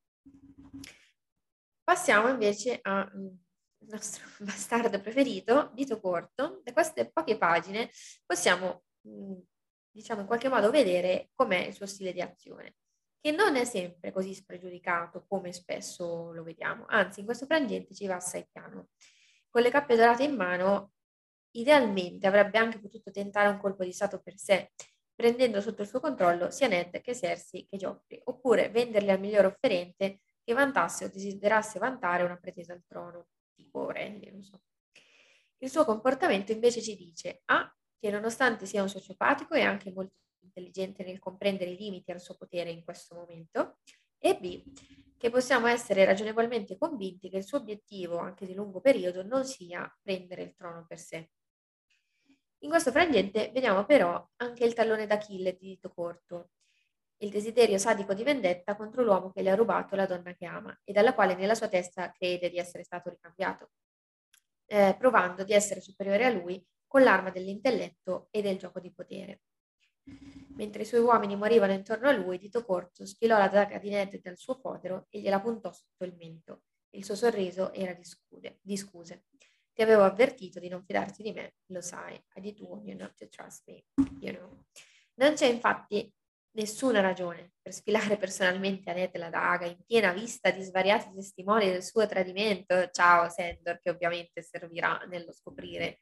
Passiamo invece al nostro bastardo preferito, Dito Corto. Da queste poche pagine possiamo, diciamo, in qualche modo vedere com'è il suo stile di azione, che non è sempre così spregiudicato come spesso lo vediamo, anzi in questo frangente ci va assai piano. Con le cappe dorate in mano, idealmente avrebbe anche potuto tentare un colpo di stato per sé, prendendo sotto il suo controllo sia Ned che Cersei che Joffrey, oppure venderli al miglior offerente che vantasse o desiderasse vantare una pretesa al trono, tipo Renly, non so. Il suo comportamento invece ci dice A, che nonostante sia un sociopatico è anche molto intelligente nel comprendere i limiti al suo potere in questo momento, e B, che possiamo essere ragionevolmente convinti che il suo obiettivo, anche di lungo periodo, non sia prendere il trono per sé. In questo frangente vediamo però anche il tallone d'Achille di Dito Corto, il desiderio sadico di vendetta contro l'uomo che le ha rubato la donna che ama e dalla quale nella sua testa crede di essere stato ricambiato, provando di essere superiore a lui con l'arma dell'intelletto e del gioco di potere. Mentre i suoi uomini morivano intorno a lui, Dito Corto sfilò la daga di Ned dal suo fodero e gliela puntò sotto il mento. Il suo sorriso era di scuse. Ti avevo avvertito di non fidarti di me, lo sai. I did warn you not to trust me, you know. Non c'è infatti nessuna ragione per sfilare personalmente a Ned la daga in piena vista di svariati testimoni del suo tradimento. Ciao Sandor, che ovviamente servirà nello scoprire,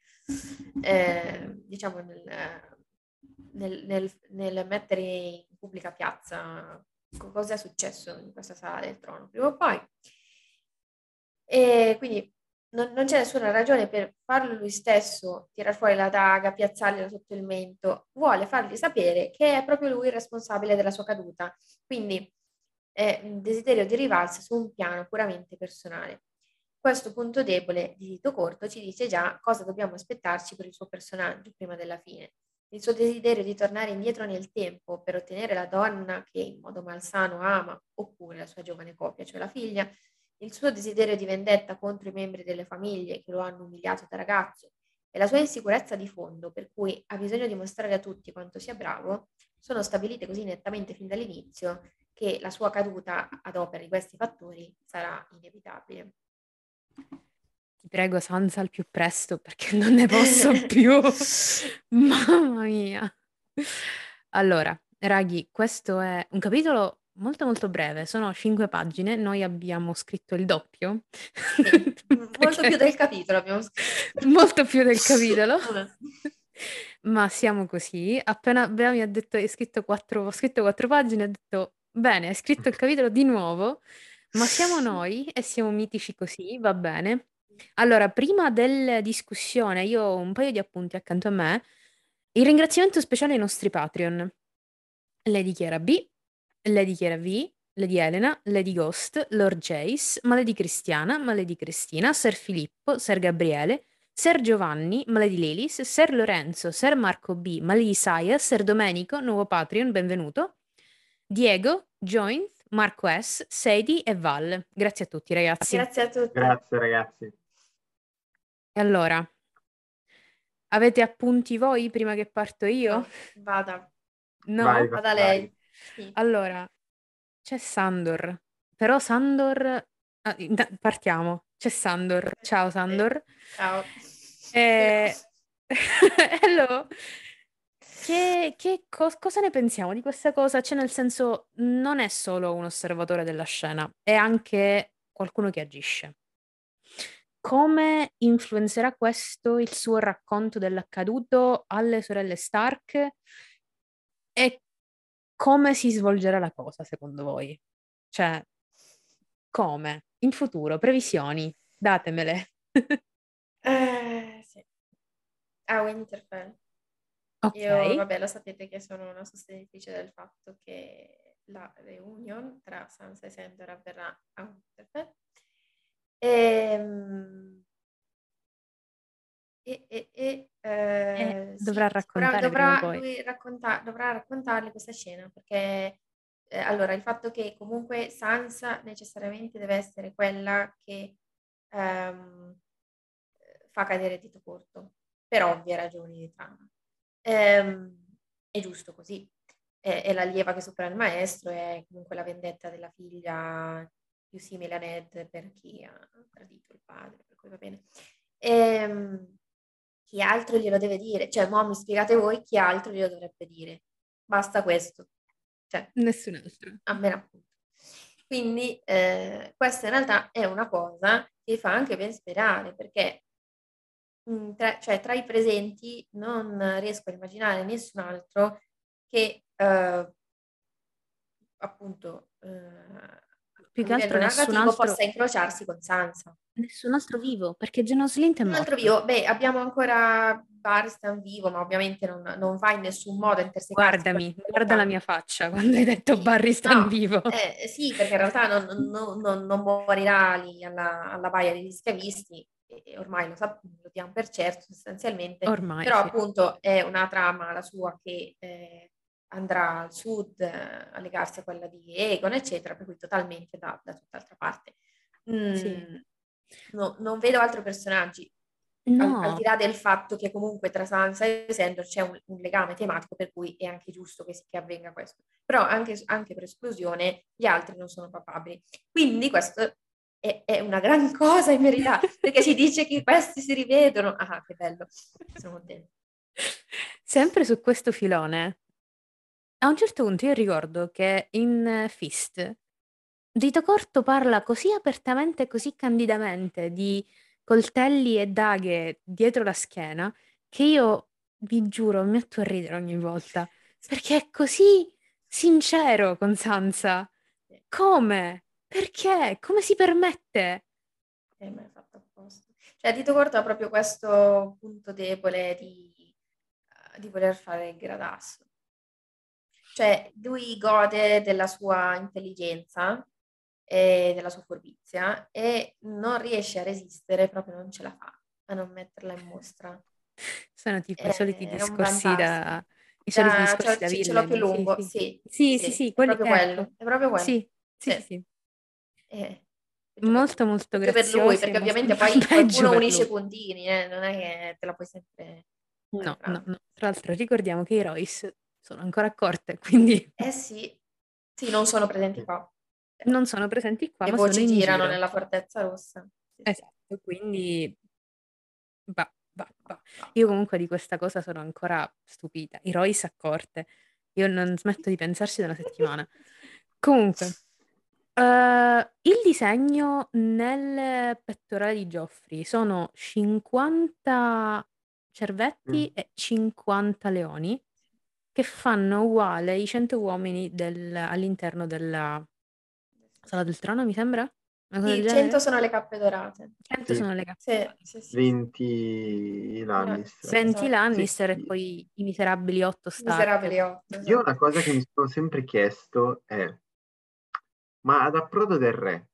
diciamo, nel mettere in pubblica piazza cosa è successo in questa sala del trono prima o poi. E quindi non c'è nessuna ragione per farlo lui stesso, tirar fuori la daga, piazzargliela sotto il mento. Vuole fargli sapere che è proprio lui il responsabile della sua caduta. Quindi è un desiderio di rivalsa su un piano puramente personale. Questo punto debole di Dito Corto ci dice già cosa dobbiamo aspettarci per il suo personaggio prima della fine. Il suo desiderio di tornare indietro nel tempo per ottenere la donna che in modo malsano ama, oppure la sua giovane coppia, cioè la figlia, il suo desiderio di vendetta contro i membri delle famiglie che lo hanno umiliato da ragazzo e la sua insicurezza di fondo, per cui ha bisogno di mostrare a tutti quanto sia bravo, sono stabilite così nettamente fin dall'inizio che la sua caduta ad opera di questi fattori sarà inevitabile. Ti prego, Sansa al più presto perché non ne posso più. Mamma mia. Allora, raghi, questo è un capitolo molto molto breve, sono 5 pagine, noi abbiamo scritto il doppio. Sì, molto più del capitolo abbiamo scritto. Molto più del capitolo. Ma siamo così. Appena Bea mi ha detto ho scritto 4 pagine, ho detto bene, hai scritto il capitolo di nuovo, ma siamo noi e siamo mitici così, va bene. Allora, prima della discussione, io ho un paio di appunti accanto a me. Il ringraziamento speciale ai nostri Patreon. Lady Chiara B, Lady Chiara V, Lady Elena, Lady Ghost, Lord Jace, Maledi Cristiana, Maledi Cristina, Ser Filippo, Ser Gabriele, Ser Giovanni, Maledi Lelis, Ser Lorenzo, Ser Marco B, Maledi Isaia, Ser Domenico, nuovo Patreon, benvenuto. Diego, Joint, Marco S, Sadie e Val. Grazie a tutti, ragazzi. Grazie a tutti. Grazie ragazzi. E allora, avete appunti voi prima che parto io? No, vada. No? Vai, Vada vai. lei. Sì. Allora, c'è Sandor. Però Sandor... partiamo. C'è Sandor. Ciao Sandor. Ciao. Hello. Cosa ne pensiamo di questa cosa? Cioè, nel senso, non è solo un osservatore della scena, è anche qualcuno che agisce. Come influenzerà questo il suo racconto dell'accaduto alle sorelle Stark? E come si svolgerà la cosa, secondo voi? Cioè, come? In futuro, previsioni, datemele. Sì. Winterfell. Io, Ok. vabbè, lo sapete che sono una sostenitrice del fatto che la reunion tra Sansa e Sandor avverrà a Winterfell. Dovrà Sì, raccontare prima o poi. dovrà raccontarle questa scena perché allora il fatto che comunque Sansa necessariamente deve essere quella che fa cadere il dito corto per ovvie ragioni di trama. È giusto così. È l'allieva che supera il maestro, è comunque la vendetta della figlia più simile a Ned per chi ha tradito il padre, per cui va bene. Chi altro glielo deve dire? Cioè, mo mi spiegate voi chi altro glielo dovrebbe dire. Basta questo. Cioè, Nessun altro. a me appunto. Quindi questa in realtà è una cosa che fa anche ben sperare, perché tra i presenti non riesco a immaginare nessun altro che appunto Più a che altro livello narrativo possa incrociarsi con Sansa. nessun altro vivo, perché Janos Lint è Un altro morto. vivo, beh, abbiamo ancora Baristan vivo, ma ovviamente non va in nessun modo a intersecarsi con Guardami, quello che guarda la accade. mia faccia quando hai detto Barry sta in No, vivo. sì, perché in realtà non morirà lì alla baia degli schiavisti, e ormai lo diamo per certo sostanzialmente, Ormai, però sì. appunto è una trama, la sua, che andrà al sud a legarsi a quella di Egon, eccetera, per cui totalmente da tutt'altra parte. Sì. Non vedo altri personaggi. Al No, di là del fatto che comunque tra Sansa e Sandor c'è un legame tematico per cui è anche giusto che avvenga questo, però anche per esclusione gli altri non sono papabili. Quindi questo è una gran cosa in verità, perché si dice che questi si rivedono. Ah, che bello, sono contenta. sempre su questo filone, a un certo punto io ricordo che in Fist Dito Corto parla così apertamente e così candidamente di coltelli e daghe dietro la schiena che io, vi giuro, mi metto a ridere ogni volta, perché è così sincero con Sansa. Come? Perché? Come si permette? Ma è fatto apposta. Cioè, Dito Corto ha proprio questo punto debole di voler fare il gradasso. Cioè, lui gode della sua intelligenza e della sua furbizia e non riesce a resistere, proprio non ce la fa a non metterla in mostra. Sono tipo È un vantarsi. i soliti discorsi Cioè, da ce l'ho più villain. Sì, lungo, sì. sì, Sì, sì, sì, sì, è quelli, proprio quello, ecco. è proprio quello. Sì, sì, sì, Sì. sì. Peggio per lui. Molto, molto Peggio per lui, graziosi e perché molto ovviamente poi peggio qualcuno per unisce i lui. puntini, non è che te la puoi sempre fare No, no, franca. no. Tra l'altro ricordiamo che i Royce sono ancora a corte, quindi Eh sì, sì, non sono presenti qua. non sono presenti qua, Le ma sono voci in girano giro. nella Fortezza Rossa. Sì, sì. Esatto, quindi va, va, va. Va, Io va. comunque di questa cosa sono ancora stupita. I Royce a corte. Io non smetto di pensarci da una settimana. Comunque, il disegno nel pettorale di Geoffrey sono 50 cervetti Mm. e 50 leoni che fanno uguale i 100 uomini all'interno della Sala del Trono, mi sembra? Una cosa del Sì, 100 genere? sono le cappe dorate. 100 Sì, sono le cappe Sì, dorate. sì, sì, sì. 20 Sì, Lannister. 20 esatto. Sì, Lannister e sì. poi i miserabili 8 Stark. Miserabili 8, Io esatto. una cosa che mi sono sempre chiesto è, ma ad Approdo del Re,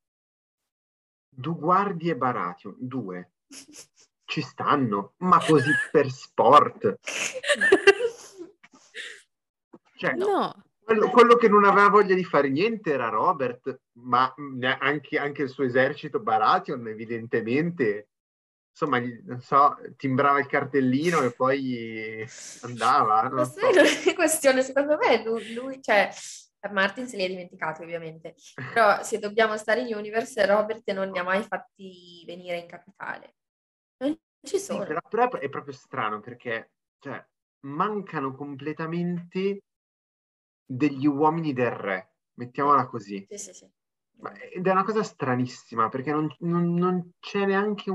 due guardie Baratheon, due, ci stanno, ma così per sport. No. Cioè, No. No, Quello che non aveva voglia di fare niente era Robert, ma anche il suo esercito Baratheon, evidentemente, insomma, non so, timbrava il cartellino e poi andava, Ma non sai, so. non è questione, secondo me cioè, Martin se li è dimenticati ovviamente, però se dobbiamo stare in Universe, Robert non li ha mai fatti venire in capitale. Non ci Sì, sono. però è proprio strano perché, cioè, mancano completamente degli uomini del re, Sì, mettiamola così. sì, sì, sì. Ed è una cosa stranissima perché non c'è neanche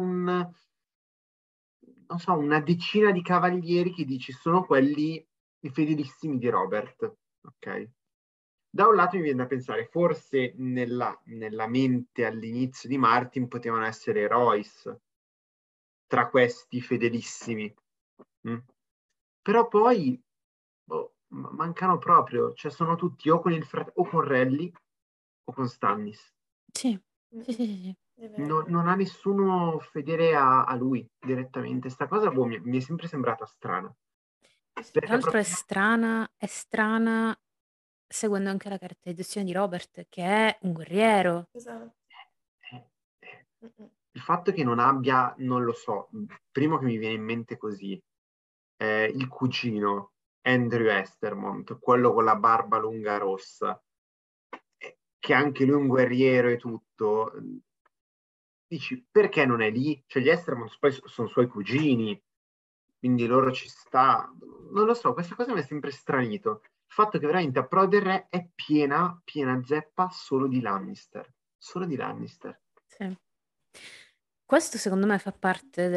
non so, una decina di cavalieri che dici sono quelli i fedelissimi di Robert, ok? Da un lato mi viene da pensare, forse nella mente all'inizio di Martin potevano essere Royce tra questi fedelissimi. Mm? Però poi boh, mancano proprio, cioè sono tutti o con o con Relly o con Stannis. Sì, Mm, sì, sì, sì, sì. è vero. Non ha nessuno fedele a lui direttamente. Sta cosa boh, mi è sempre sembrata strana. Sì, sì. Tra Perché l'altro proprio è strana seguendo anche la caratterizzazione di Robert, che è un guerriero. Esatto. eh, eh, Mm, mm. il fatto che non abbia, non lo so, primo che mi viene in mente così, il cugino Andrew Estermont, quello con la barba lunga rossa, che anche lui è un guerriero e tutto, dici perché non è lì? Cioè gli Estermont poi sono suoi cugini, quindi loro ci sta. Non lo so, questa cosa mi è sempre stranito. Il fatto che veramente a Pro del Re è piena, piena zeppa solo di Lannister. Solo di Lannister. Sì. Questo secondo me fa parte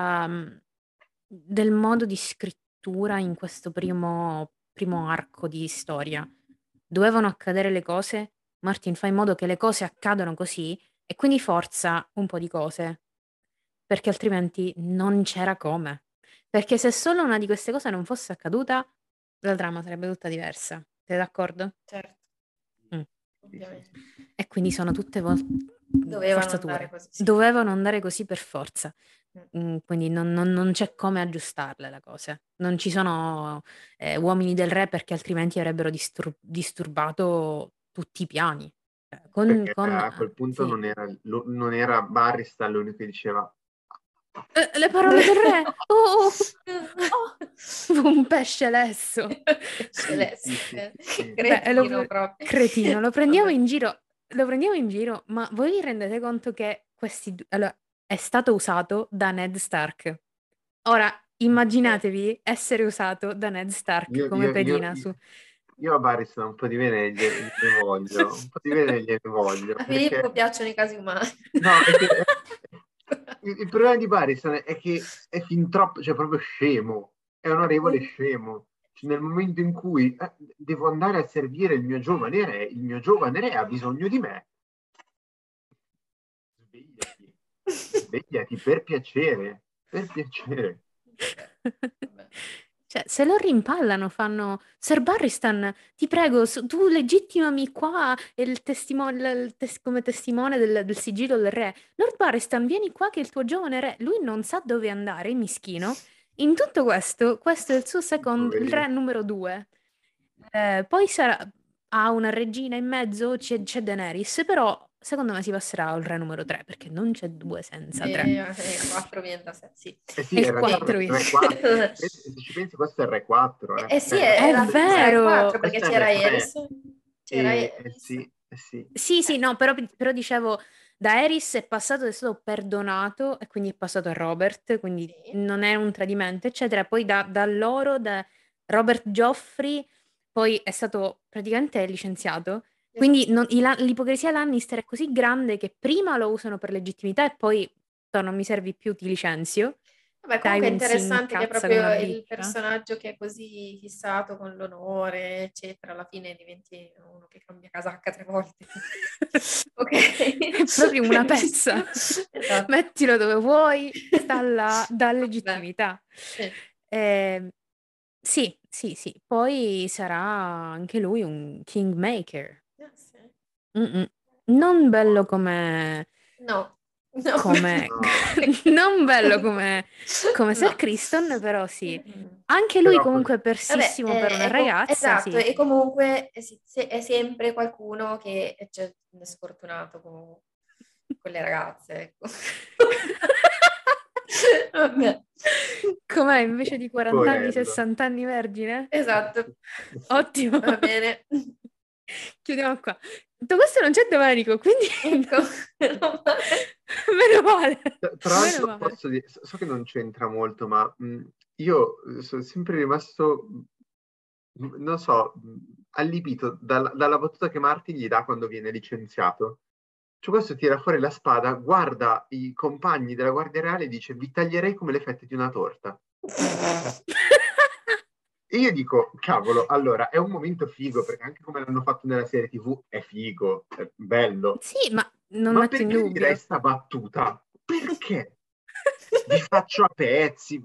del modo di scrittura in questo primo arco di storia. Dovevano accadere le cose, Martin fa in modo che le cose accadano così e quindi forza un po' di cose, perché altrimenti non c'era come. Perché se solo una di queste cose non fosse accaduta, la trama sarebbe tutta diversa. Sei d'accordo? Certo, Mm. Sì, sì, ovviamente. sì. E quindi sono tutte Dovevano andare forzature. così, sì. Dovevano andare così per forza. Mm. Quindi non c'è come aggiustarle le cose. Non ci sono uomini del re perché altrimenti avrebbero disturbato tutti i piani. Perché a quel punto Sì. non era Barristan l'unico che diceva Le parole del re! Oh, oh, oh. Un pesce lesso. sì, sì, sì, Celeste, sì. Beh, cretino proprio. cretino, Vabbè. lo prendiamo in giro, ma voi vi rendete conto che allora, è stato usato da Ned Stark? Ora, Sì. immaginatevi essere usato da Ned Stark Io, come io, io, pedina io, su... io a Barristan un po' di bene gliene voglio, un po' di bene gliene voglio, A perché Filippo piacciono i casi umani. no, è che il problema di Barristan è che è fin troppo, cioè proprio scemo, è un onorevole Appunto. scemo. Cioè, nel momento in cui devo andare a servire il mio giovane re ha bisogno di me. Svegliati, svegliati per piacere, per piacere. Vabbè, vabbè. Cioè, se lo rimpallano, fanno Sir Barristan, ti prego, tu legittimami qua come testimone del sigillo del re. Lord Barristan, vieni qua che il tuo giovane re, lui non sa dove andare, mischino. In tutto questo è il suo il Poverino. re numero 2. Poi ha una regina in mezzo, c'è Daenerys, però secondo me si passerà al re numero 3, perché non c'è 2 senza 3. E 4 viene da sé, sì. Eh sì, E in il realtà il 4. Re 4, se ci pensi questo è il Re 4, Eh sì, Cioè, il È era Re 4 vero! perché questo è il c'era Re 3. Eris, c'era Eris. Sì, sì. Sì, sì, no, però dicevo, da Eris è passato, è stato perdonato e quindi è passato a Robert, quindi Sì, non è un tradimento, eccetera. Poi da loro, da Robert Joffrey, poi è stato praticamente licenziato. esatto. Quindi l'ipocrisia Lannister è così grande che prima lo usano per legittimità e poi, "Toh, non mi servi più, ti licenzio." Vabbè, comunque è Tywin si interessante che incazza come proprio una il biccia. personaggio che è così fissato con l'onore, eccetera, alla fine diventi uno che cambia casacca 3 volte. Ok, È proprio una pezza. bellissimo. Esatto. Mettilo dove vuoi, sta là, dà Vabbè, legittimità. sì. Eh, sì, sì, sì. Poi sarà anche lui un kingmaker. Sì. Mm-mm. Non bello come... No, No. come No. non bello come Sir No. Criston, però sì. Mm. Anche lui Però comunque Vabbè, persissimo per una ragazza, esatto, sì. e comunque è sempre qualcuno che è sfortunato con le ragazze, ecco. Vabbè. Com'è invece di 40 anni, Poverello. 60 anni vergine? Esatto. Ottimo. Va bene. Chiudiamo qua. Tutto questo non c'è Domenico, quindi Ecco, meno male. meno male. Tra Meno l'altro male. posso dire, so che non c'entra molto, ma io sono sempre rimasto, non so, allibito dalla battuta che Marty gli dà quando viene licenziato. Cioè questo tira fuori la spada, guarda i compagni della Guardia Reale e dice vi taglierei come le fette di una torta. E io dico, cavolo, allora è un momento figo, perché anche come l'hanno fatto nella serie TV è figo, è bello. Sì, ma non Ma metto in perché gli direi dubbio. sta battuta? Perché? Vi faccio a pezzi,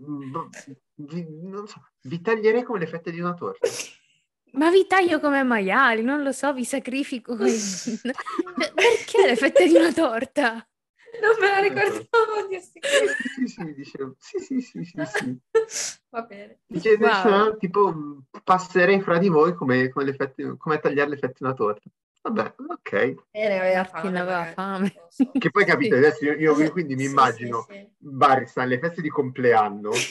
non so, vi taglierei come le fette di una torta. Ma vi taglio come maiali, non lo so, vi sacrifico. Cioè, perché le fette di una torta? Non me la ricordavo di queste cose. Sì, sì, dicevo, sì, sì, sì, sì, sì. Va bene. Dice, Wow. tipo, passerei fra di voi come tagliare le fette di una torta. Vabbè, ok. Ne aveva Martin fame aveva magari, fame. non lo so. Che poi capite, Sì. adesso io quindi mi Sì, sì, immagino sì. Barry sta alle feste di compleanno,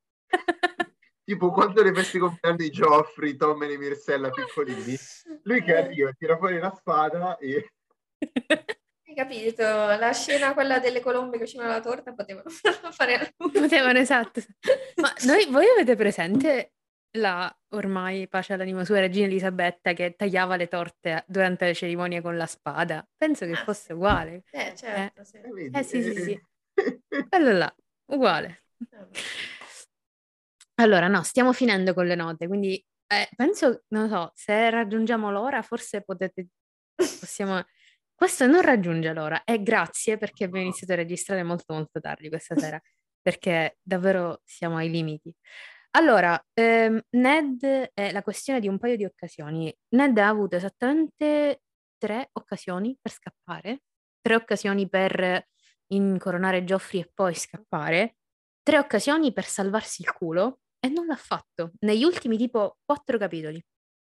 tipo quando le feste di compleanno di Geoffrey, Tom e Mirsella piccolini, lui che arriva, tira fuori la spada e... Hai capito? La scena, quella delle colombe che uscivano dalla torta, potevano farla fare a lui. Potevano, esatto. Ma voi avete presente la ormai pace all'anima sua regina Elisabetta che tagliava le torte durante le cerimonie con la spada? Penso che Ah, sì. fosse uguale. Eh, Certo, sì. vedi, sì, sì, sì. Quello là, uguale. Vabbè. Allora, no, stiamo finendo con le note, quindi penso, non so, se raggiungiamo l'ora, forse possiamo... Questo non raggiunge l'ora, e grazie perché abbiamo iniziato a registrare molto molto tardi questa sera, perché davvero siamo ai limiti. Allora, Ned è la questione di un paio di occasioni. Ned ha avuto esattamente 3 occasioni per scappare, 3 occasioni per incoronare Joffrey e poi scappare, 3 occasioni per salvarsi il culo e non l'ha fatto negli ultimi tipo 4 capitoli.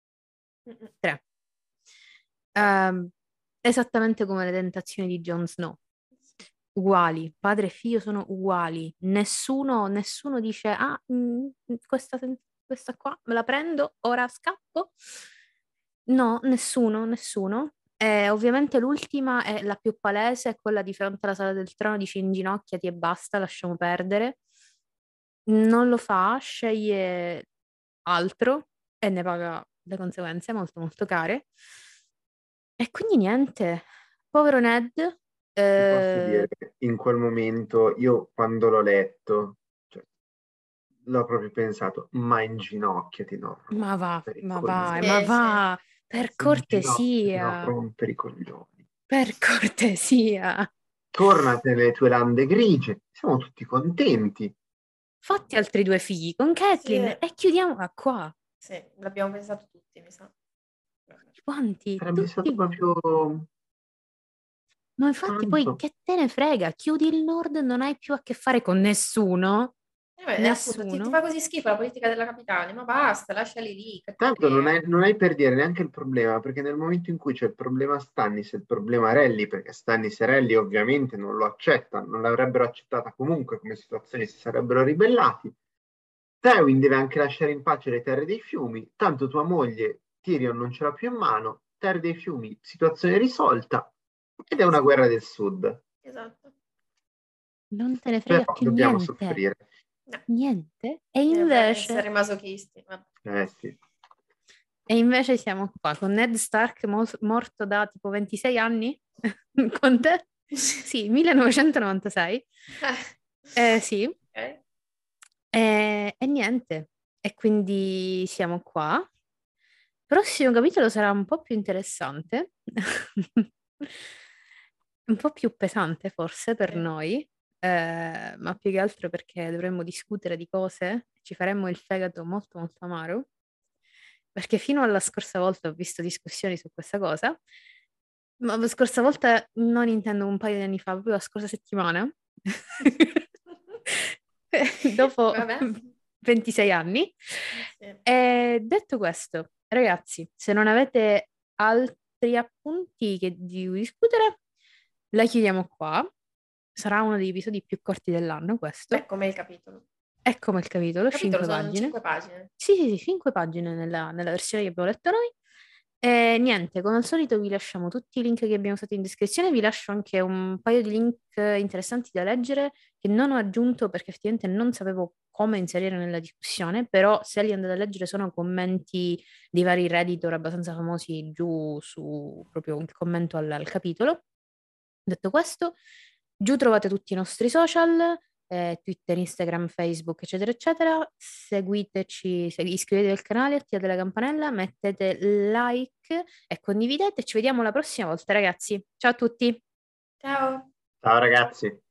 3. Ehm, Esattamente come le tentazioni di Jon Snow. Uguali, padre e figlio sono uguali. Nessuno dice, ah, questa qua me la prendo, ora scappo. No, nessuno. Ovviamente l'ultima è la più palese, è quella di fronte alla sala del trono, dici inginocchiati e basta, lasciamo perdere. Non lo fa, sceglie altro e ne paga le conseguenze molto molto care. E quindi niente, povero Ned, Ti posso dire, in quel momento, io quando l'ho letto, cioè, l'ho proprio pensato, ma inginocchiati, non ma va, rompere i ma vai, ma Sì, coglioni. sì. va, per Sì. Inginocchiati, non cortesia, rompere i coglioni. per cortesia. Tornate nelle tue lande grigie, siamo tutti contenti. Fatti altri 2 figli con Sì, Catelyn e chiudiamola qua. sì, l'abbiamo pensato tutti, mi sa. Vabbè. Quanti? Sarebbe stato Tutti. proprio Ma infatti poi tanto. che te ne frega, chiudi il Nord, non hai più a che fare con nessuno. Beh, appunto, ti Nessuno. fa così schifo la politica della capitale, ma basta, lasciali lì, che te Tanto frega. non hai per dire neanche il problema, perché nel momento in cui c'è il problema Stannis e il problema Relly, perché Stannis e Relly ovviamente non lo accettano, non l'avrebbero accettata comunque come situazione, si sarebbero ribellati. Tywin deve anche lasciare in pace le terre dei fiumi, tanto tua moglie Tyrion non ce l'ha più in mano, terre dei fiumi, situazione risolta, ed è una Esatto. guerra del sud. Esatto. Non te ne frega Però più dobbiamo niente. soffrire. No, Niente. E essere invece, masochisti. Vabbè. Sì. siamo qua con Ned Stark morto da tipo 26 anni. Con te? Sì, 1996. Sì. Ok. E niente. E quindi siamo qua. Prossimo capitolo sarà un po' più interessante, un po' più pesante forse per Sì. noi, ma più che altro perché dovremmo discutere di cose, ci faremmo il fegato molto molto amaro, perché fino alla scorsa volta ho visto discussioni su questa cosa, Ma la scorsa volta non intendo un paio di anni fa, proprio la scorsa settimana. Dopo Vabbè. 26 anni. Sì. E detto questo, ragazzi, se non avete altri appunti di cui discutere, la chiudiamo qua. Sarà uno degli episodi più corti dell'anno, questo. Beh, come il capitolo. È come il capitolo, Il capitolo 5 sono pagine. 5 pagine. Sì, sì, sì, 5 pagine nella versione che abbiamo letto noi. E niente, come al solito vi lasciamo tutti i link che abbiamo usato in descrizione, vi lascio anche un paio di link interessanti da leggere che non ho aggiunto perché effettivamente non sapevo come inserire nella discussione, però se li andate a leggere sono commenti di vari Redditor abbastanza famosi giù su proprio il commento al capitolo. Detto questo, giù trovate tutti i nostri social, Twitter, Instagram, Facebook, eccetera, eccetera. Seguiteci, iscrivetevi al canale, attivate la campanella, mettete like e condividete. Ci vediamo la prossima volta, ragazzi. Ciao a tutti! Ciao! Ciao ragazzi.